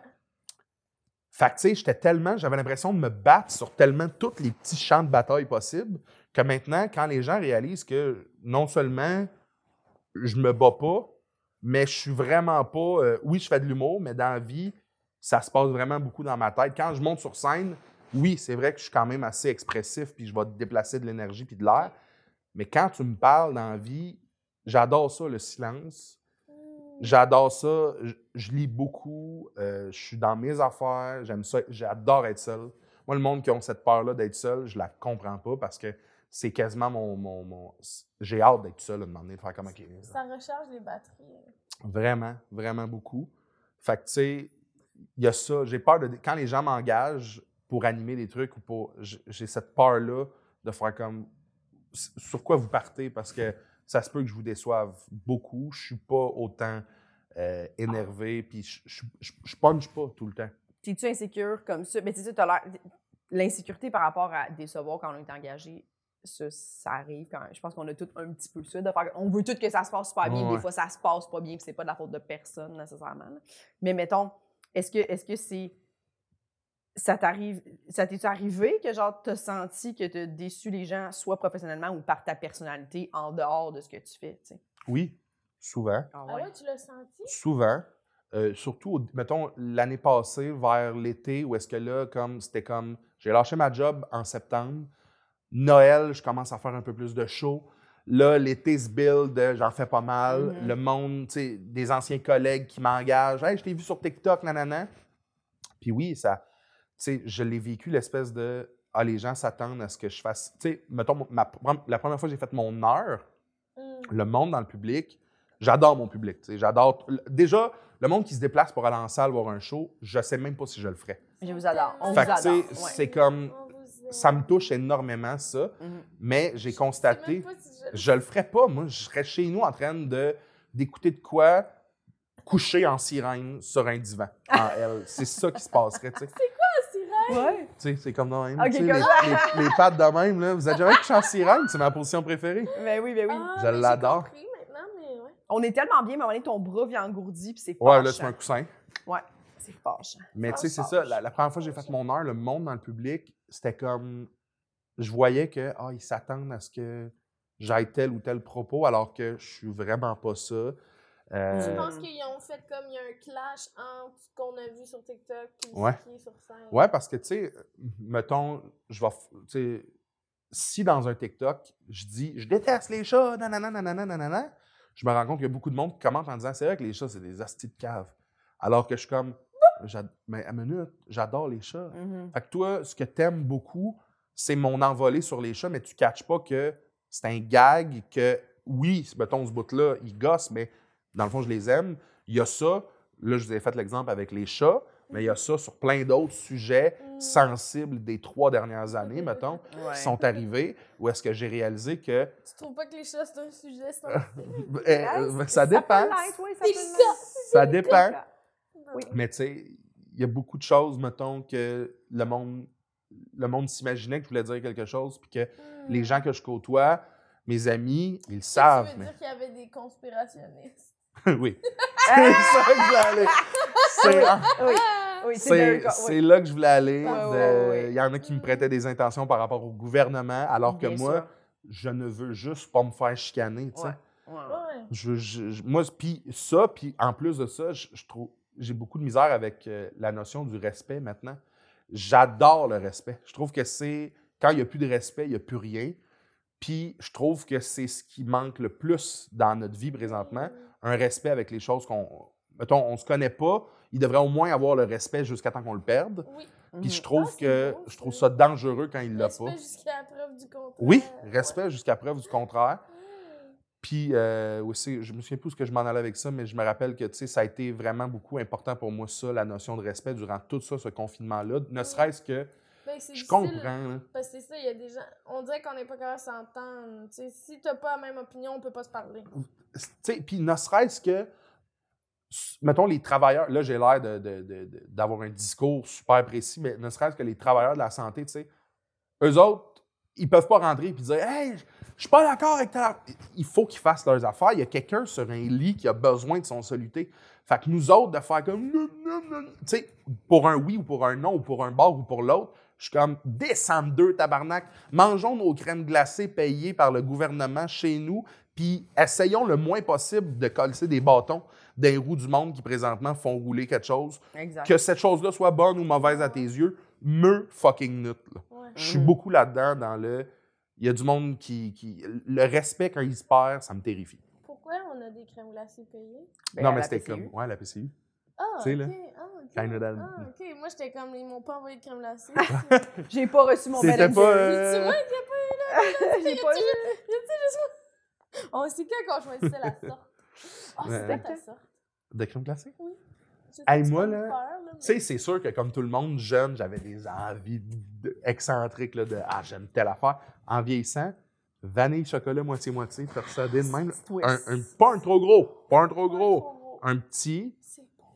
Fait que, tu sais, j'avais l'impression de me battre sur tellement tous les petits champs de bataille possibles que maintenant, quand les gens réalisent que non seulement je me bats pas, mais je suis vraiment pas... oui, je fais de l'humour, mais dans la vie, ça se passe vraiment beaucoup dans ma tête. Quand je monte sur scène, oui, c'est vrai que je suis quand même assez expressif puis je vais déplacer de l'énergie puis de l'air. Mais quand tu me parles dans la vie, j'adore ça, le silence. J'adore ça. Je lis beaucoup. Je suis dans mes affaires. J'aime ça. J'adore être seul. Moi, le monde qui a cette peur-là d'être seul, je la comprends pas parce que c'est quasiment mon... J'ai hâte d'être seul à un moment donné, de faire comme... OK. Ça recharge les batteries. Vraiment, vraiment beaucoup. Fait que, tu sais, il y a ça. J'ai peur de... Quand les gens m'engagent pour animer des trucs ou pour... J'ai cette peur-là de faire comme... Sur quoi vous partez? Parce que ça se peut que je vous déçoive beaucoup. Je suis pas autant énervé, puis je punch pas tout le temps. T'es-tu insécure comme ça? Mais tu sais, t'as l'air... L'insécurité par rapport à décevoir quand on est engagé, ça arrive quand même. Je pense qu'on a tous un petit peu ça, de faire, on veut tout que ça se passe super bien, des fois ça se passe pas bien, puis c'est pas de la faute de personne nécessairement. Là. Mais mettons, est-ce que ça t'est arrivé que genre t'as senti que t'as déçu les gens, soit professionnellement ou par ta personnalité en dehors de ce que tu fais, tu sais? Oui, souvent. Ah ouais, tu l'as senti? Souvent. Surtout, mettons, l'année passée, vers l'été, où est-ce que là, c'était comme, j'ai lâché ma job en septembre. Noël, je commence à faire un peu plus de shows. Là, l'été se build, j'en fais pas mal. Le monde, tu sais, des anciens collègues qui m'engagent. « Hey, je t'ai vu sur TikTok, nanana. » Puis oui, ça, tu sais, je l'ai vécu, l'espèce de « Ah, les gens s'attendent à ce que je fasse... » Tu sais, mettons, la première fois que j'ai fait mon heure, le monde dans le public, j'adore mon public, tu sais, j'adore... Déjà, le monde qui se déplace pour aller en salle voir un show, je sais même pas si je le ferais. Je vous adore. On vous Fait que, adore. tu sais, c'est comme... Ça me touche énormément, ça. Mais j'ai constaté, je le ferais pas. Moi, je serais chez nous en train d'écouter de quoi coucher en sirène sur un divan en L. C'est ça qui se passerait, tu sais. C'est quoi, sirène? Ouais. Tu sais, c'est comme dans même. Ok, tu sais, comme les pattes de même, là. Vous avez jamais couché en sirène? C'est ma position préférée. Ben oui, ben oui. Ah, Je mais l'adore. J'ai compris maintenant, mais ouais. On est tellement bien, mais à un moment donné, ton bras vient engourdi, puis c'est fâchant. Ouais, là, c'est un coussin. Ouais, c'est fâchant. Mais tu sais, c'est ça. La première fois que j'ai fait mon heure, le monde dans le public, c'était comme... Je voyais que ils s'attendent à ce que j'aille tel ou tel propos, alors que je suis vraiment pas ça. Je pense qu'ils ont fait comme il y a un clash entre ce qu'on a vu sur TikTok et Ouais. ce qui est sur scène. Ouais, parce que, tu sais, mettons, tu sais, si dans un TikTok, je dis « Je déteste les chats, nanana, nanana, nanana », je me rends compte qu'il y a beaucoup de monde qui commente en disant « C'est vrai que les chats, c'est des hosties de cave. » Alors que je suis comme « Mais à minute, j'adore les chats. Fait que toi, ce que t'aimes beaucoup, c'est mon envolée sur les chats, mais tu catches pas que c'est un gag que, oui, mettons, ce bout-là, il gosse, mais dans le fond, je les aime. Il y a ça, là, je vous ai fait l'exemple avec les chats, mais il y a ça sur plein d'autres sujets sensibles des 3 dernières années, mettons, qui sont arrivés, où est-ce que j'ai réalisé que... Tu trouves pas que les chats, c'est un sujet sensible? Ça dépend. Ça dépend. Oui. Mais tu sais, il y a beaucoup de choses, mettons, que le monde s'imaginait que je voulais dire quelque chose, puis que les gens que je côtoie, mes amis, ils le savent. Tu veux dire qu'il y avait des conspirationnistes? Oui. C'est ça que je voulais aller. Oui, C'est là que je voulais aller. Ouais. Il y en a qui me prêtaient des intentions par rapport au gouvernement, alors que Bien moi, sûr. je ne veux juste pas me faire chicaner, tu sais. Ouais. Ouais. Moi, puis en plus de ça, je trouve, j'ai beaucoup de misère avec la notion du respect maintenant. J'adore le respect. Je trouve que c'est, quand il n'y a plus de respect, il n'y a plus rien. Puis je trouve que c'est ce qui manque le plus dans notre vie présentement, un respect avec les choses mettons, on se connaît pas, il devrait au moins avoir le respect jusqu'à temps qu'on le perde. Oui. Puis je trouve c'est beau, je trouve ça dangereux quand il l'a pas. Respect jusqu'à la preuve du contraire. Oui, respect jusqu'à preuve du contraire. Puis aussi, je me souviens plus où que je m'en allais avec ça, mais je me rappelle que ça a été vraiment beaucoup important pour moi, ça, la notion de respect durant tout ça, ce confinement-là. Ne serait-ce que je comprends. Là. Parce que c'est ça, il y a des gens. On dirait qu'on n'est pas capable de s'entendre. T'sais, si t'as pas la même opinion, on peut pas se parler. Puis ne serait-ce que, mettons, les travailleurs, là j'ai l'air d'avoir un discours super précis, mais ne serait-ce que les travailleurs de la santé, eux autres, ils peuvent pas rentrer et dire « Hey, je suis pas d'accord avec ta... » Il faut qu'ils fassent leurs affaires. Il y a quelqu'un sur un lit qui a besoin de son soluté. Fait que nous autres, de faire comme... Tu sais, pour un oui ou pour un non, ou pour un bar ou pour l'autre, je suis comme, descends deux, tabarnak. Mangeons nos crèmes glacées payées par le gouvernement chez nous, puis essayons le moins possible de coller des bâtons dans les roues du monde qui, présentement, font rouler quelque chose. Exact. Que cette chose-là soit bonne ou mauvaise à tes yeux, me fucking nut. Ouais. Je suis beaucoup là-dedans, dans le... Il y a du monde qui... Le respect, quand il se perd, ça me terrifie. Pourquoi on a des crèmes glacées payées? Non, mais c'était comme... Ouais, la PCU. Ah, Tu sais, OK. là. OK. Canada. OK. Moi, j'étais comme, ils m'ont pas envoyé de crème glacée. J'ai pas reçu mon C'était Ben & pas... Jerry's. C'est moi qui ai pas eu là. J'ai pas eu. On sait quand on choisissait la sorte. Oh, c'était ta sorte. De crème glacée? Oui. Je sais Hey, que tu moi, vas me là, faire, mais- Tu sais, c'est sûr que comme tout le monde jeune, j'avais des envies excentriques là, de « Ah, j'aime telle affaire ». En vieillissant, vanille, chocolat, moitié-moitié, faire ça de même. Pas un trop gros, pas un trop gros. Un petit. C'est bon.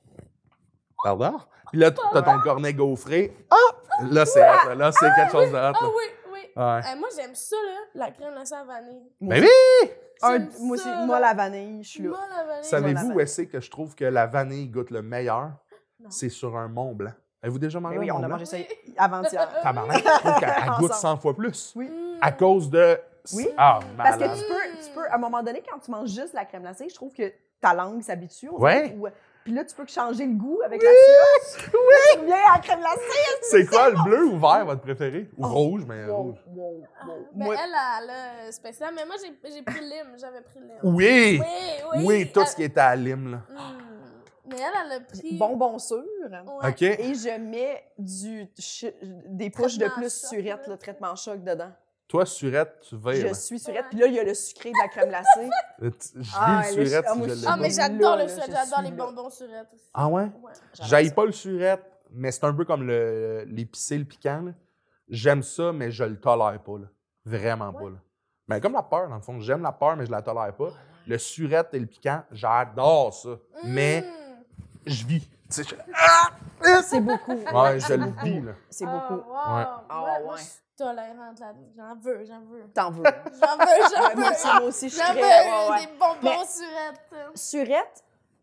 Pardon? Puis là, t'as ton cornet gaufré. Ah! Là, c'est quelque chose de hot. Ah là. oui, oui. moi, j'aime ça, là, la crème glacée à vanille. Ben oui! Moi aussi, moi, la vanille, je suis là. Moi, la vanille. Savez-vous où est-ce que je trouve que la vanille goûte le meilleur? Non. C'est sur un Mont Blanc. Avez-vous déjà mangé Mais oui, un Mont on a Blanc? mangé ça avant-hier. Tabarnak, je trouve qu'elle goûte 100 fois plus. Oui. À cause de... Oui. Ah, Parce que malade. tu peux, à un moment donné, quand tu manges juste la crème glacée, je trouve que ta langue s'habitue. Ouais. Puis là, tu peux changer le goût avec la syrup. Oui! Tu viens à la crème glacée. C'est quoi, le bleu ou vert, votre préféré? Ou rouge, mais Wow, rouge. wow, wow. Mais Moi, elle a spécial. Mais moi, j'ai pris lime. J'avais pris lime. Oui! Oui. Oui, tout ce qui était à lime, là. Mais elle a pris... bonbon sûr. Ouais. OK? Et je mets des couches de Traitement plus choc, surette, là. là, traitement choc dedans. Toi, surette, tu vas. Je suis surette. Puis là, il y a le sucré de la crème glacée. Je vis Ah, le surette ah, si moi, je je- l'ai Ah, pas. mais Là, j'adore là, le je surette. J'adore suis les là. bonbons surettes aussi. Ah ouais? Ouais. J'haïs pas le surette, mais c'est un peu comme l'épicé, le piquant. Là. J'aime ça, mais je le tolère pas. Là. Vraiment pas. Là. Mais comme la peur, dans le fond. J'aime la peur, mais je la tolère pas. Le surette et le piquant, j'adore ça. Mais je vis. Tu sais, C'est beaucoup. ouais, je le vis. Là. C'est beaucoup. Wow. Ouais. Ah, Moi, ouais. je suis tolérante là. J'en veux. T'en veux. J'en veux. Moi aussi, je suis J'en très... veux ouais, ouais. des bonbons Mais- surettes. Surette,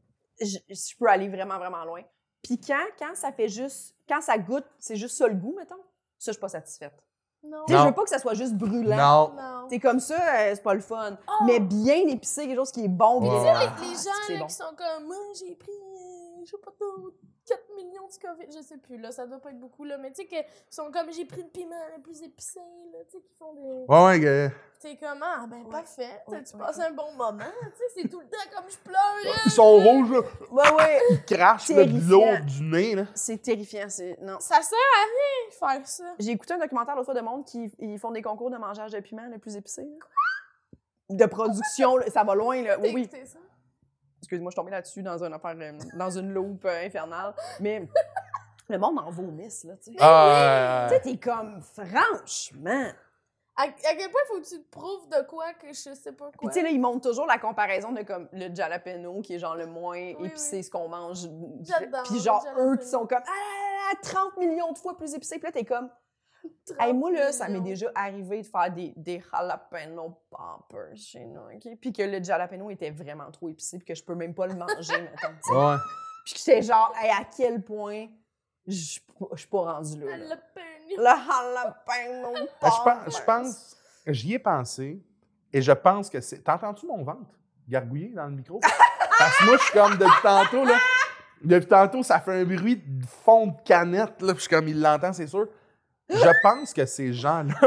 je peux aller vraiment, vraiment loin. Piquant, quand ça fait juste... Quand ça goûte, c'est juste ça le goût, mettons. Ça, je suis pas satisfaite. Non. Tu sais, je Non. veux pas que ça soit juste brûlant. Non. Non. T'es comme ça, c'est pas le fun. Oh! Mais bien épicé, quelque chose qui est bon, bien Ouais. épicé. Les gens c'est là, bon. qui sont comme moi, j'ai pris, je sais pas trop, 4 millions de COVID, je sais plus, là, ça doit pas être beaucoup, là, mais tu sais, que sont comme j'ai pris le piment le plus épicé, là, tu sais, qui font des. Ouais, ouais. T'es comme, ah, ben parfait, Ouais, tu ouais, passes un bon moment, tu sais, c'est tout le temps comme je pleure. Ils sont rouges, là. Ouais, ouais. Ils crachent là, de l'eau Terrifiant. du nez. Là. C'est terrifiant. Non. Ça sert à rien faire ça. J'ai écouté un documentaire l'autre fois de monde qui ils font des concours de mangeage de piment le plus épicé. Là. De production, là, ça va loin. Là. T'as Oui. écouté ça? Excuse-moi, je suis tombée là-dessus dans une affaire, dans une loupe infernale. Mais le monde en vomisse, là, tu sais. Ah, Tu sais, t'es comme, franchement. À quel point faut que tu te prouves de quoi que je sais pas Puis quoi? tu sais, là, ils montrent toujours la comparaison de comme le jalapeno, qui est genre le moins épicé, oui. ce qu'on mange. J'adore Puis genre, le jalapeno. eux qui sont comme, 30 millions de fois plus épicé. Puis là, t'es comme, hey, moi, là, ça m'est déjà arrivé de faire des jalapeno poppers chez nous, OK? Puis que le jalapeno était vraiment trop épicé, puis que je peux même pas le manger, mettons. tu sais. ouais. Puis que j'étais genre, hey, à quel point je suis pas rendue là. là. Jalapeno. Le jalapeno popper. Je pense, j'y ai pensé et je pense que c'est. T'entends-tu mon ventre gargouiller dans le micro? Parce que moi, je suis comme depuis tantôt, là. Depuis tantôt, ça fait un bruit de fond de canette, là. Puis je suis comme, il l'entend, c'est sûr. Je pense que ces gens-là.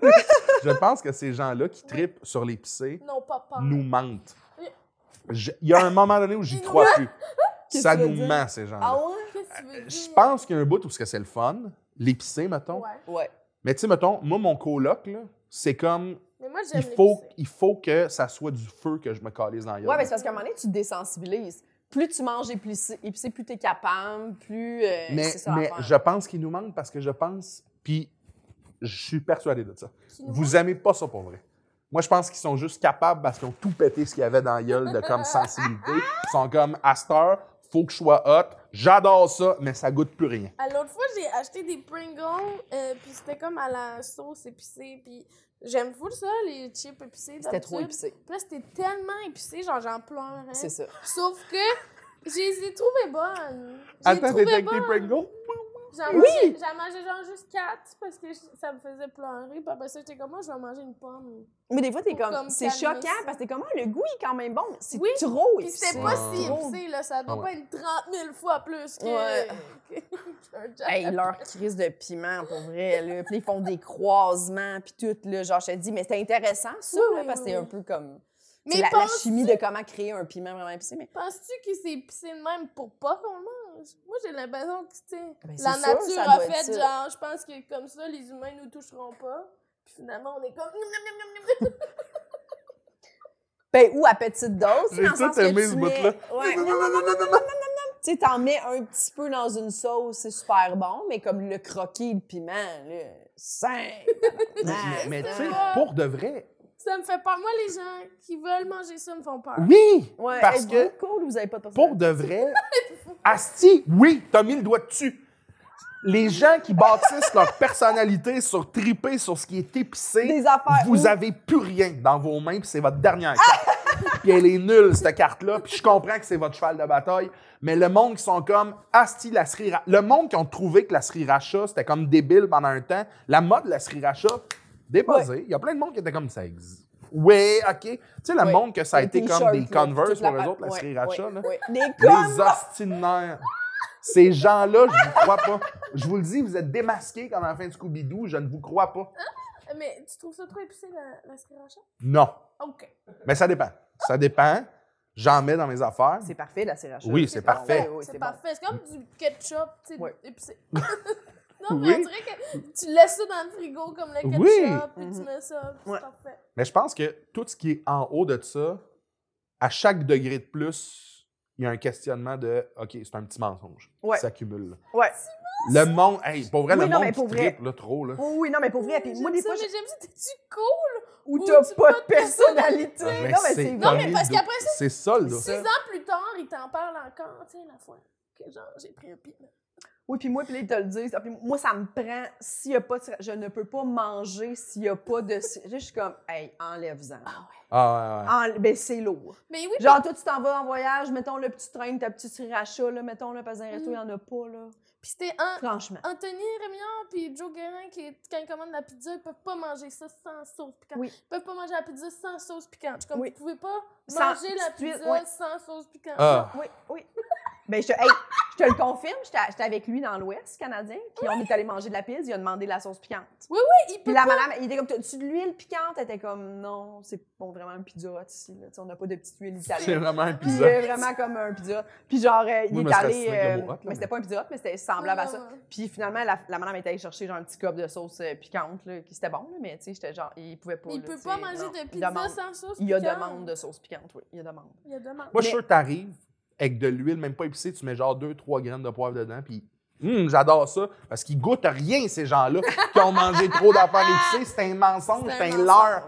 Je pense que ces gens-là qui trippent sur l'épicé Non, pas peur. nous mentent. Oui. Il y a un moment donné où j'y crois plus. Qu'est-ce Ça que tu nous veux dire? ment, ces gens-là. Ah ouais? Qu'est-ce que tu veux dire? Je pense qu'il y a un bout où c'est le fun, l'épicé, mettons. Ouais. Ouais. Mais tu sais, mettons, moi, mon coloc, là, c'est comme, Mais moi, j'aime il faut que ça soit du feu que je me calise dans la gueule. Ouais, mais c'est parce qu'à un moment donné, tu te désensibilises. Plus tu manges épicé, plus t'es capable, plus. Mais c'est ça l'affaire. je pense qu'il nous manque parce que je pense, puis je suis persuadé de ça. Qui nous Vous aimez pas ça pour vrai. Moi, je pense qu'ils sont juste capables parce qu'ils ont tout pété ce qu'il y avait dans la gueule de comme sensibilité. Ils sont comme, à cette heure, faut que je sois hot. J'adore ça, mais ça goûte plus rien. À l'autre fois, j'ai acheté des Pringles, puis c'était comme à la sauce épicée, puis j'aime full ça, les chips épicés. C'était trop d'habitude. épicé. Puis là, c'était tellement épicé, genre j'en pleurais. C'est ça. Sauf que je les ai trouvées bonnes. Attends, t'étais avec tes Pringles? J'en Oui! mangeais, j'en mangeais genre juste 4 parce que ça me faisait pleurer. Puis après ça, j'étais comme, moi, je vais manger une pomme. Mais des fois, t'es Pour comme. comme C'est calmer choquant ça. parce que t'es comme, ah, le goût est quand même bon. C'est Oui, trop Puis épicé. c'était pas si Trop. épicé, là. Ça doit Ah pas être 30 000 fois plus que. Ouais. qu'un Hey, Jack. leur crise de piment, pour vrai, là. Puis ils font des croisements, puis tout, là. Genre, je te dis, mais c'est intéressant, ça, Oui, là, oui, parce que oui, c'est un oui. peu comme. Mais C'est la penses-tu- chimie de comment créer un piment vraiment épicé, mais. Penses-tu que c'est épicé de même pour pas qu'on le mange? Moi, j'ai l'impression que, tu sais, Ben, c'est la sûr, nature ça a doit être fait ça. genre, je pense que comme ça, les humains nous toucheront pas. Puis finalement, on est comme. Ben, ou à petite dose, J'ai dans le sens tout aimé que ce tu bout-là. mets... Ouais. Tu sais, t'en mets un petit peu dans une sauce, c'est super bon, mais comme le croquis de piment, là, simple. Mais tu sais, ça. pour de vrai, Ça me fait peur. Moi, les gens qui veulent manger ça me font peur. oui! Ouais, Parce êtes-vous que, cool ou vous avez pas de pour de vrai, asti, oui, t'as mis le doigt dessus. Les gens qui bâtissent leur personnalité sur triper sur ce qui est épicé, Des affaires. vous avez plus rien dans vos mains, puis c'est votre dernière carte. Puis elle est nulle, cette carte-là. Puis je comprends que c'est votre cheval de bataille, mais le monde qui sont comme Asti, la sriracha. Le monde qui ont trouvé que la sriracha, c'était comme débile pendant un temps. La mode de la sriracha, déposée. Il y a plein de monde qui était comme ça existe. Oui, OK. Tu sais, le monde que ça a Les été comme des t-shirts, là, Converse toute pour la- eux autres, la ouais, sriracha. ouais, là. ouais. Des Les Converse. ostinaires. Ces gens-là, je vous crois pas. Je vous le dis, vous êtes démasqués comme à la fin de Scooby-Doo. Je ne vous crois pas. Mais tu trouves ça trop épicé, la sriracha? Non. OK. Mais ça dépend. Ça dépend. J'en mets dans mes affaires. C'est parfait, la sriracha. Oui, c'est parfait. Oui, C'est bon. parfait. C'est comme du ketchup, tu sais, Ouais. épicé. Non, mais Oui. on dirait que tu laisses ça dans le frigo comme le ketchup, Oui. puis tu mets ça, puis Ouais. c'est parfait. Mais je pense que tout ce qui est en haut de ça, à chaque degré de plus, il y a un questionnement de OK, c'est un petit mensonge Ouais. qui s'accumule. Là. Ouais. Le monde, hey, pour vrai, Oui, le non, monde mais qui pour vrai. trippe là, trop. Là. Oui, oui, non, mais pour vrai. Puis moi, des fois, mais j'aime ça, t'es-tu cool? où Ou t'as tu pas pas de de personnalité. personnalité. Non, mais c'est Non, mais vrai. parce qu'après ça, C'est ça, là. 6 ans plus tard, ils t'en parlent encore. Tiens, la fois que genre, j'ai pris un piment. Oui, puis moi, puis là, ils te le disent. Puis moi, ça me prend. S'il y a pas de. Je ne peux pas manger s'il y a pas de. Je suis comme, hey, enlève-en. Ah, ouais, ouais. Ben, c'est lourd. Mais oui, Genre, toi, tu t'en vas en voyage, mettons le petit train, ta petite sriracha, là, mettons, là, parce que dans un resto, il n'y en a pas, là. puis c'était Franchement. Anthony Rémillard puis Joe Guérin qui, quand ils commandent la pizza, ils peuvent pas manger ça sans sauce piquante. Oui. Ils peuvent pas manger la pizza sans sauce piquante. Je suis comme, Oui. vous pouvez pas Sans manger la petite huile, pizza ouais. sans sauce piquante. Ah. Oui, oui. Ben, je te le confirme, j'étais avec lui dans l'Ouest canadien, puis on est allé manger de la pizza, il a demandé de la sauce piquante. Oui, il Puis peut la pas. madame, il était comme, t'as-tu de l'huile piquante? Elle était comme, non, c'est bon, vraiment un pizza hut ici, là. Tu sais, on n'a pas de petite huile C'est italienne. vraiment un Puis pizza. vraiment comme un pizza. Puis genre, il Moi, je est me serais allé. assassiné avec le mot hot, là, mais c'était pas un pizza hut, mais c'était semblable à ça. Puis finalement, la madame était allée chercher genre un petit cup de sauce piquante, là, qui c'était bon, là, mais tu sais, j'étais genre, il pouvait pas. Il là, peut tu pas sais, manger non. de Il pizza demande. sans sauce Il y a piquante. demande de sauce piquante, oui. Il y a demande. Il y a demande. Moi, je suis sûr que t'arrives avec de l'huile, même pas épicée, tu mets genre 2-3 graines de poivre dedans, puis j'adore ça, parce qu'ils goûtent rien, ces gens-là, qui ont mangé trop d'affaires épicées. C'est un mensonge, c'est un leurre.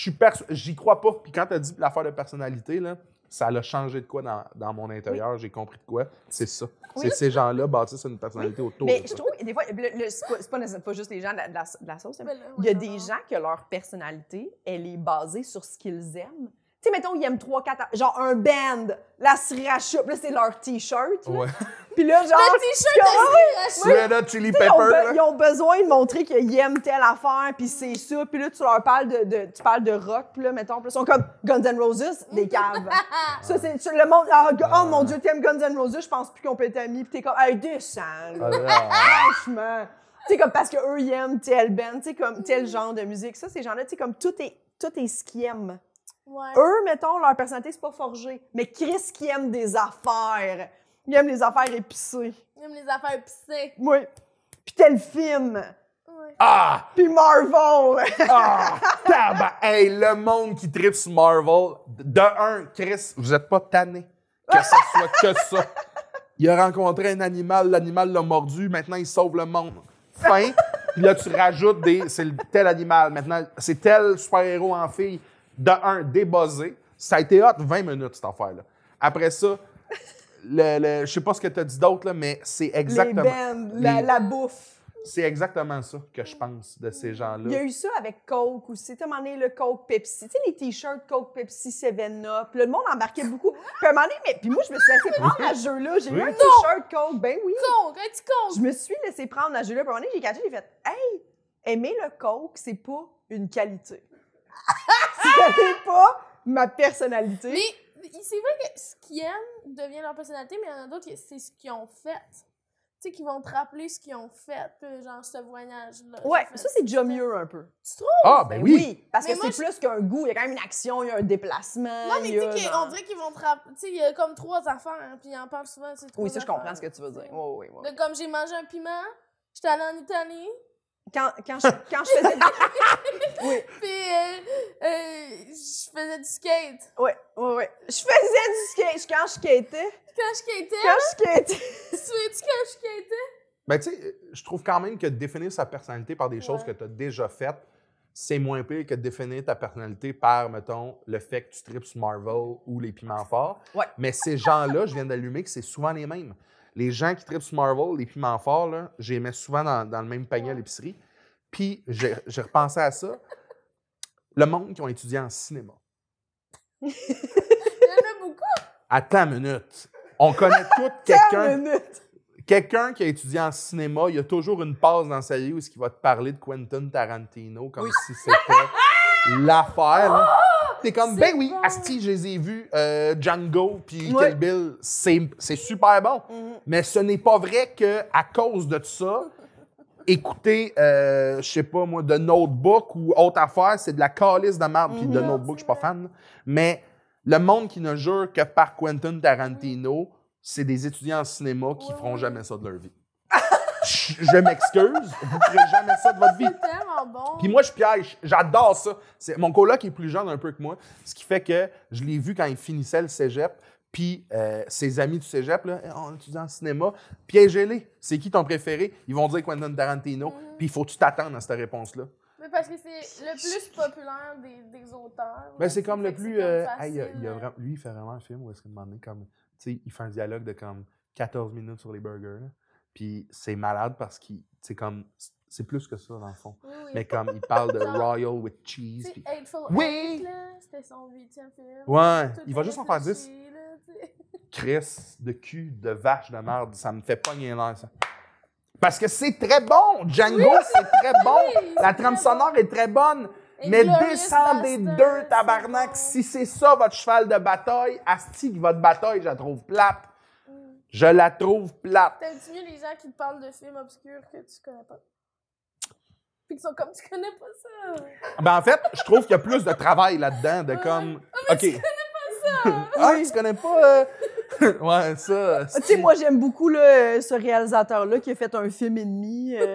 J'y crois pas. Puis quand t'as dit l'affaire de personnalité, là, ça a changé de quoi dans mon intérieur, j'ai compris de quoi. C'est ça. Oui. C'est ces gens-là bâtissent une personnalité autour Mais de je ça. trouve, des fois, c'est pas nécessairement pas juste les gens de la sauce. Ben là, Il y a ouais, des non. gens que leur personnalité, elle est basée sur ce qu'ils aiment. Tu sais, mettons, ils aiment 3-4... Genre un band, la sriracha, puis là, c'est leur T-shirt. là. Ouais. Puis là, genre... Le t-shirt de sriracha. Red Hot Chili Tu sais, Pepper, là. ils ont besoin de montrer qu'ils aiment telle affaire, puis c'est ça. Puis là, tu leur parles tu parles de rock, puis là, mettons, puis là, ils sont comme Guns N' Roses, des caves. Ça, c'est le monde... Oh mon Dieu, t'aimes Guns N' Roses, je pense plus qu'on peut être amis. Puis t'es comme, hey, descends, là. Franchement. Tu sais, comme parce qu'eux, ils aiment tel band, tu sais, comme tel genre de musique. Ça, ces gens-là, tu sais, comme tout est ce qu'ils aiment. Ouais. Eux, mettons, leur personnalité, c'est pas forgé. Mais Chris qui aime des affaires. Il aime les affaires épicées. Il aime les affaires épicées. Oui. Puis tel film. Ouais. Ah! Puis Marvel. Ah! Tabarnak! Hey, le monde qui tripe sur Marvel, de un, Chris, vous êtes pas tanné que ça soit que ça. Il a rencontré un animal, l'animal l'a mordu, maintenant il sauve le monde. Fin. Puis là, tu rajoutes c'est tel animal. Maintenant, c'est tel super-héros en fille. De un, débuzzé. Ça a été hot 20 minutes, cette affaire-là. Après ça, je sais pas ce que tu as dit d'autre, là, mais c'est exactement... Les bands, la bouffe. C'est exactement ça que je pense de ces gens-là. Il y a eu ça avec Coke aussi. Tu sais, à un moment donné, le Coke Pepsi. Tu sais, les t-shirts Coke Pepsi 7-Up. Le monde embarquait beaucoup. Puis à un moment donné, puis moi, je me suis laissé prendre à ce jeu-là. J'ai eu un t-shirt Coke. Ben oui. Coke, un petit Coke. Je me suis laissé prendre à ce jeu-là. Puis à un moment donné, j'ai catché, j'ai fait « Hey, aimer le Coke, c'est pas une qualité. C'est pas ma personnalité. » Mais c'est vrai que ce qu'ils aiment devient leur personnalité, mais il y en a d'autres, c'est ce qu'ils ont fait. Tu sais, qui vont te rappeler ce qu'ils ont fait, genre ce voyage-là. Ouais, j'ai fait ça, c'est déjà mieux un peu. Tu trouves? Ah, ben oui! Parce Mais que moi, c'est plus qu'un goût. Il y a quand même une action, il y a un déplacement. Non, mais il y tu a, sais, genre- on dirait qu'ils vont te rappeler. Tu sais, il y a comme 3 affaires, hein, puis ils en parlent souvent. Oui, ça, je comprends ce que tu veux dire. Oui, oui, oui. De comme j'ai mangé un piment, j'étais allée en Italie, Quand je faisais... Oui, puis je faisais du skate. oui, oui, oui. Je faisais du skate quand je skatais. Quand je skatais, Quand je skatais. tu souviens-tu quand je skatais? Ben, tu sais, je trouve quand même que définir sa personnalité par des choses que tu as déjà faites, c'est moins pire que de définir ta personnalité par, mettons, le fait que tu tripes sur Marvel ou les piments forts. Ouais. Mais ces gens-là, je viens d'allumer que c'est souvent les mêmes. les gens qui trippent sur Marvel, les piments forts, là, je les mets souvent dans le même panier à l'épicerie. Puis, j'ai repensé à ça. Le monde qui ont étudié en cinéma. Il y en a beaucoup. Attends une minute. On connaît tous quelqu'un qui a étudié en cinéma. Il y a toujours une passe dans sa vie où il va te parler de Quentin Tarantino comme si c'était l'affaire. Là. T'es comme, ben oui, asti, je les ai vus, Django puis Kill Bill, c'est super bon. Mais ce n'est pas vrai qu'à cause de ça, écouter, je sais pas moi, The Notebook ou autre affaire, c'est de la calice de merde. Puis The Notebook, je suis pas fan. Là. Mais le monde qui ne jure que par Quentin Tarantino, c'est des étudiants en cinéma qui feront jamais ça de leur vie. Je m'excuse, vous ne ferez jamais ça de votre vie. C'est tellement bon. Puis moi, je piège, j'adore ça. Mon coloc est plus jeune un peu que moi, ce qui fait que je l'ai vu quand il finissait le cégep, puis ses amis du cégep, là, on étudie en cinéma, piégez-les. C'est qui ton préféré? Ils vont dire Quentin Tarantino, puis il faut que tu t'attendes à cette réponse-là. Mais parce que c'est le plus populaire des auteurs. Ben, c'est comme le plus... Facile, lui, il fait vraiment un film où est-ce qu'à un moment donné, comme, il fait un dialogue de comme 14 minutes sur les burgers, là. Puis c'est malade parce que c'est plus que ça, dans le fond. Oui. Mais comme il parle de Royal with Cheese. C'est Puis... Hateful Oui! Eight, là, c'était son 8e film. Ouais, Tout il va est juste en faire 10. réfléchi, là, t'sais. Chris de cul, de vache, de merde, ça me fait pogner l'air, ça. Parce que c'est très bon! Django, c'est très bon! Oui, La c'est trame très sonore est très bonne! Et Mais Glorious descendez Bastard, deux, c'est tabarnak! bon. Si c'est ça votre cheval de bataille, asti, votre bataille, je la trouve plate. Je la trouve plate. T'aimes-tu mieux les gens qui te parlent de films obscurs que tu connais pas? Puis qui sont comme, tu connais pas ça! Ben en fait, je trouve qu'il y a plus de travail là-dedans, de comme... mais OK. tu connais pas ça! Ah, tu connais pas... Ouais, ça... Tu sais, moi, j'aime beaucoup là, ce réalisateur-là qui a fait un film et demi. Il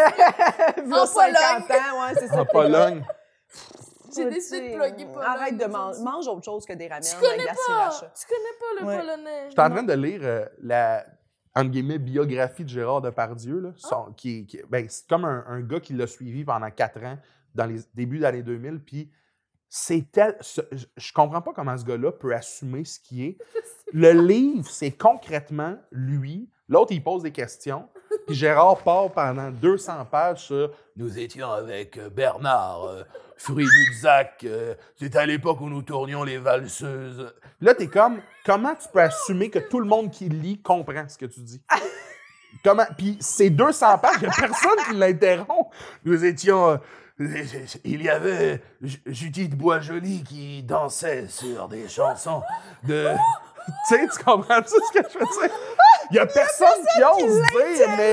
y a 50 ans, ouais, c'est ça. En Pologne. J'ai décidé de plugger Pologne. Arrête de manger. Mange autre chose que des ramen Tu avec connais de la pas! sriracha. Tu connais pas le Ouais. polonais. Je suis en train de lire la, entre guillemets, biographie de Gérard Depardieu, là, c'est comme un gars qui l'a suivi pendant 4 ans, dans les débuts des années 2000, puis je comprends pas comment ce gars-là peut assumer ce qui est. Le livre, c'est concrètement lui. L'autre, il pose des questions. Puis Gérard part pendant 200 pages sur « Nous étions avec Bernard, fruit du Zac. C'était à l'époque où nous tournions les valseuses. » Puis là, t'es comme « Comment tu peux assumer que tout le monde qui lit comprend ce que tu dis? » Puis c'est 200 pages, il n'y a personne qui l'interrompt. Nous étions... il y avait Judith Boisjoli qui dansait sur des chansons de... Tu sais, tu comprends ça, ce que je veux dire? Il n'y a personne qui ose dire, mais...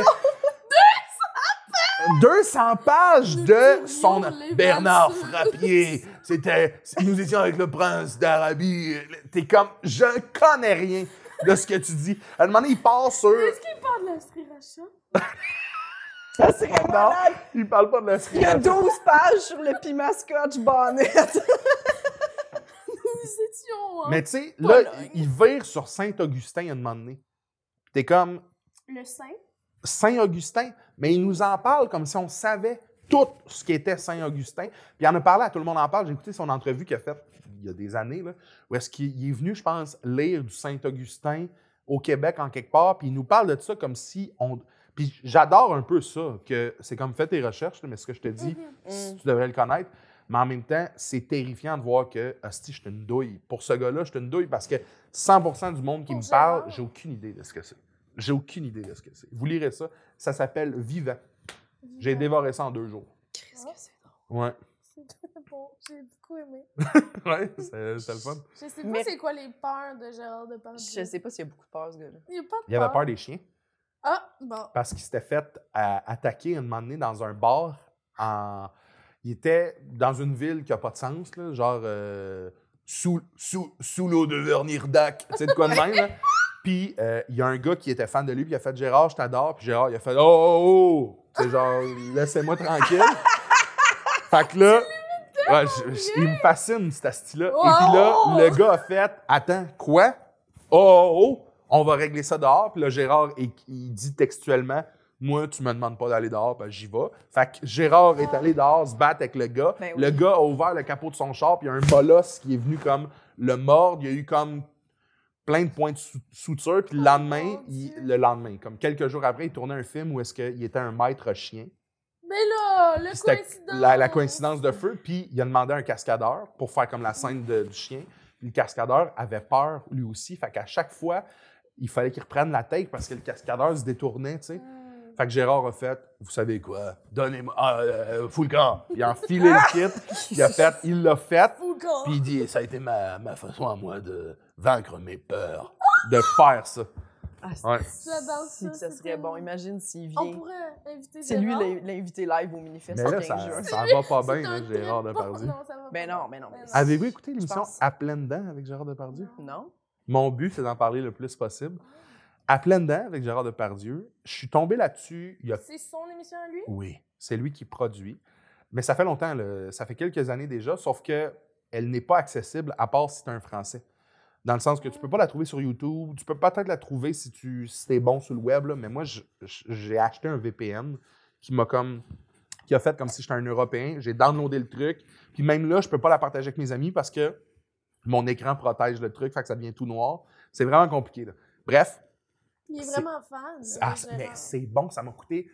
200 pages de son... Bernard Frappier, nous étions avec le prince d'Arabie. T'es comme... Je ne connais rien de ce que tu dis. À un moment donné, il part sur... Est-ce qu'il parle de la sriracha? Ça serait malade. Il parle pas de la Il y a sriracha. 12 pages sur le piment scotch bonnet. Nous étions... Mais tu sais, là, Pologne. il vire sur Saint-Augustin à un moment donné. T'es comme... Le Saint? Saint-Augustin, mais il nous en parle comme si on savait tout ce qui était Saint-Augustin. Puis il en a parlé à Tout le monde en parle. J'ai écouté son entrevue qu'il a faite il y a des années, là, où est-ce qu'il est venu, je pense, lire du Saint-Augustin au Québec en quelque part, puis il nous parle de ça comme si on... Puis j'adore un peu ça, que c'est comme fais tes recherches, là, mais ce que je te dis, tu devrais le connaître. Mais en même temps, c'est terrifiant de voir que, hostie, je suis une douille. Pour ce gars-là, je suis une douille parce que 100% du monde qui me parle, j'ai aucune idée de ce que c'est. J'ai aucune idée de ce que c'est. Vous lirez ça. Ça s'appelle Vivant. J'ai dévoré ça en 2 jours. Qu'est-ce que c'est drôle. Ouais. C'est très bon. J'ai beaucoup aimé. Ouais, c'était le fun. Je sais Mais- pas c'est quoi les peurs de Gérard Depardieu. Je sais pas s'il y a beaucoup de peur, ce gars-là. Il y a pas de Il avait peur des chiens Ah, bon. parce qu'il s'était fait attaquer un moment donné dans un bar. Il était dans une ville qui n'a pas de sens, là, genre sous l'eau de Vernirdac. Tu sais de quoi de même, là? Puis il y a un gars qui était fan de lui, puis il a fait « Gérard, je t'adore. » Puis Gérard, il a fait « Oh! » C'est genre « Laissez-moi tranquille. » Fait que là, ouais, il me fascine, cet asti-là. Et puis là, le gars a fait « Attends, quoi? Oh! On va régler ça dehors. » Puis là, Gérard, il dit textuellement « Moi, tu me demandes pas d'aller dehors, ben j'y vais. » Fait que Gérard est allé dehors se battre avec le gars. Ben oui. Le gars a ouvert le capot de son char, puis il y a un molosse qui est venu comme le mordre. Il y a eu comme plein de points de suture. Puis le lendemain, comme quelques jours après, il tournait un film où est-ce qu'il était un maître chien. Mais là, La coïncidence de feu. Puis il a demandé à un cascadeur pour faire comme la scène du chien. Puis le cascadeur avait peur, lui aussi. Fait qu'à chaque fois, il fallait qu'il reprenne la tête parce que le cascadeur se détournait, tu sais. Fait que Gérard a fait, vous savez quoi, donnez-moi, full camp. Il a enfilé le kit, il l'a fait, puis il dit, ça a été ma façon à moi de vaincre mes peurs, de faire ça. Ah, J'adore ça. Ça serait bon. Imagine s'il vient. On pourrait inviter c'est lui Gérard. l'invité live au Minifest. Mais là, ça va pas bien, là, Gérard Depardieu. Mais non. Avez-vous écouté l'émission À pleines dents avec Gérard Depardieu? Non. Mon but, c'est d'en parler le plus possible. À pleines dents avec Gérard Depardieu, je suis tombé là-dessus. C'est son émission à lui? Oui, c'est lui qui produit. Mais ça fait longtemps, ça fait quelques années déjà, sauf qu'elle n'est pas accessible à part si tu es un Français. Dans le sens que tu peux pas la trouver sur YouTube, tu peux peut-être la trouver si t'es bon sur le web, là, mais moi, j'ai acheté un VPN qui a fait comme si j'étais un Européen. J'ai downloadé le truc, puis même là, je peux pas la partager avec mes amis parce que mon écran protège le truc, fait que ça devient tout noir. C'est vraiment compliqué, là. Bref. Il est vraiment fan. Mais c'est bon, ça m'a coûté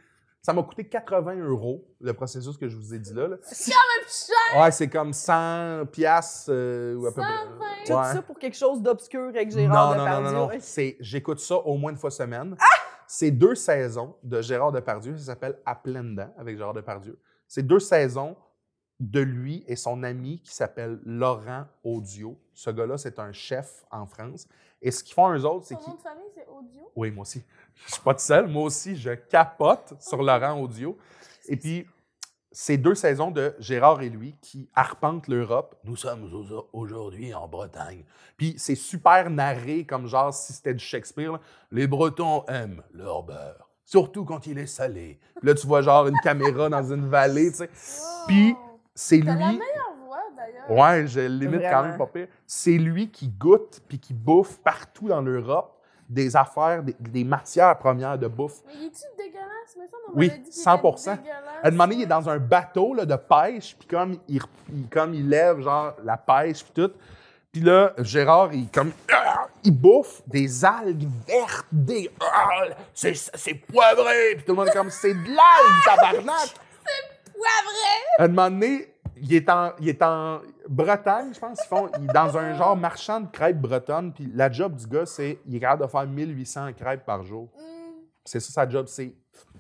80 €, le processus que je vous ai dit là. C'est quand même cher! Ouais, c'est comme 100 piastres ou à peu près. Tout ça pour quelque chose d'obscur avec Gérard Depardieu. Non. J'écoute ça au moins une fois semaine. C'est 2 saisons de Gérard Depardieu. Ça s'appelle À pleines dents avec Gérard Depardieu. C'est 2 saisons de lui et son ami qui s'appelle Laurent Audio. Ce gars-là, c'est un chef en France. Et ce qu'ils font eux autres, c'est Son nom de famille, c'est Audio? Oui, moi aussi. Je suis pas tout seul. Moi aussi, je capote sur Laurent Audio. Et puis, c'est 2 saisons de Gérard et lui qui arpentent l'Europe. Nous sommes aujourd'hui en Bretagne. Puis, c'est super narré, comme genre si c'était du Shakespeare. Là. Les Bretons aiment leur beurre, surtout quand il est salé. Puis là, tu vois genre une caméra dans une vallée, tu sais. Wow. Puis, c'est lui... T'as la meilleure voix, d'ailleurs. Ouais, je limite quand même pas pire. C'est lui qui goûte puis qui bouffe partout dans l'Europe des affaires, des matières premières de bouffe. Mais est-tu dégueulasse? Mais ça, on Oui, m'avait dit qu'il 100%. était dégueulasse. À un moment donné, il est dans un bateau là, de pêche, puis comme il lève genre la pêche puis tout. Puis là, Gérard, il bouffe des algues vertes, c'est poivré. Puis tout le monde est comme, c'est de l'algue, tabarnak! Poivré! À un moment donné, il est en Bretagne, je pense. Il est dans un genre marchand de crêpes bretonnes. Puis la job du gars, c'est il est capable de faire 1800 crêpes par jour. C'est ça, sa job, c'est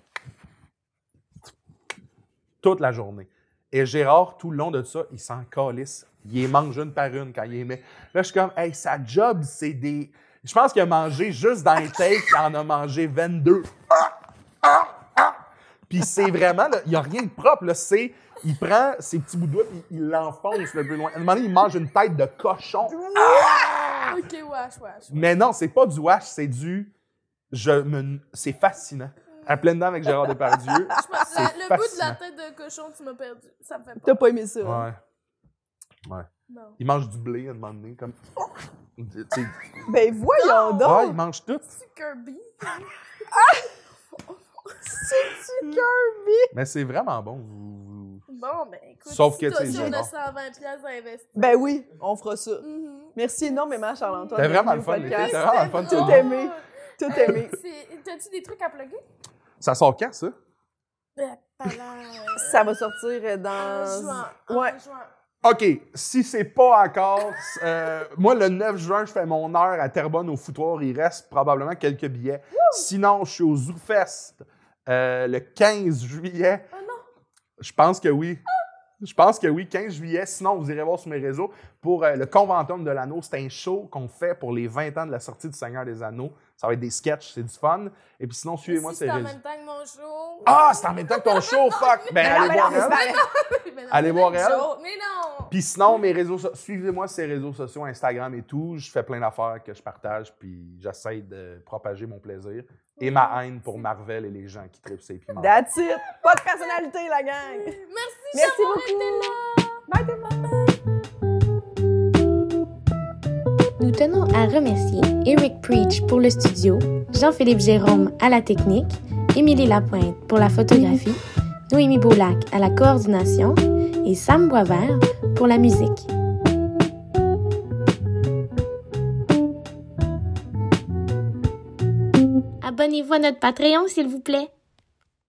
toute la journée. Et Gérard, tout le long de ça, il s'en calisse. Il les mange une par une quand il les met. Là, je suis comme, hey, sa job, c'est des... Je pense qu'il a mangé juste dans les takes, il en a mangé 22. Puis c'est vraiment, là, il n'y a rien de propre. Là, il prend ses petits bouts de doigts et il l'enfonce le plus loin. À un moment donné, il mange une tête de cochon. OK, wesh. Mais non, c'est pas du wash, c'est du... C'est fascinant. À pleines dents avec Gérard Depardieu, c'est le bout de la tête de cochon, tu m'as perdu. Ça me fait T'as peur. pas aimé ça? Hein? Ouais. Non. Il mange du blé à un moment donné, comme... Ben voyons donc! Ouais, il mange tout. C'est Kirby. C'est Kirby! Mais c'est vraiment bon. Bon, ben écoute, Sauf que, si tu sais, on a Gérard. 120 piastres à investir. Ben oui, on fera ça. Mm-hmm. Merci énormément, Charles-Antoine. C'était vraiment Bienvenue le fun. au podcast. C'était vraiment le fun. Tout aimé. Tout aimé. T'as-tu des trucs à plugger? Ça sort quand, ça? Ça va sortir dans... Juin. Ouais. Juin. OK, si c'est pas encore... moi, le 9 juin, je fais mon heure à Terrebonne au foutoir. Il reste probablement quelques billets. Sinon, je suis au ZooFest le 15 juillet. Oh non! Je pense que oui. Je pense que oui, 15 juillet. Sinon, vous irez voir sur mes réseaux. Pour le Conventum de l'Anneau, c'est un show qu'on fait pour les 20 ans de la sortie du Seigneur des Anneaux. Ça va être des sketchs, c'est du fun. Et puis sinon, suivez-moi sur C'est les en réseaux. même temps que mon show. Ah, c'est en même temps que ton show, fuck! Ben, allez voir elle. Mais non, Allez c'est voir le elle. show. Mais non! Puis sinon, mes réseaux suivez-moi sur les réseaux sociaux, Instagram et tout. Je fais plein d'affaires que je partage, puis j'essaie de propager mon plaisir et ma haine pour Marvel et les gens qui trippent ces piments. That's it! Pas de personnalité, la gang! Merci d'avoir beaucoup. été là! Bye, tout le monde! Nous tenons à remercier Eric Preach pour le studio, Jean-Philippe Jérôme à la technique, Émilie Lapointe pour la photographie, Noémie Boulac à la coordination et Sam Boisvert pour la musique. abonnez-vous à notre Patreon, s'il vous plaît.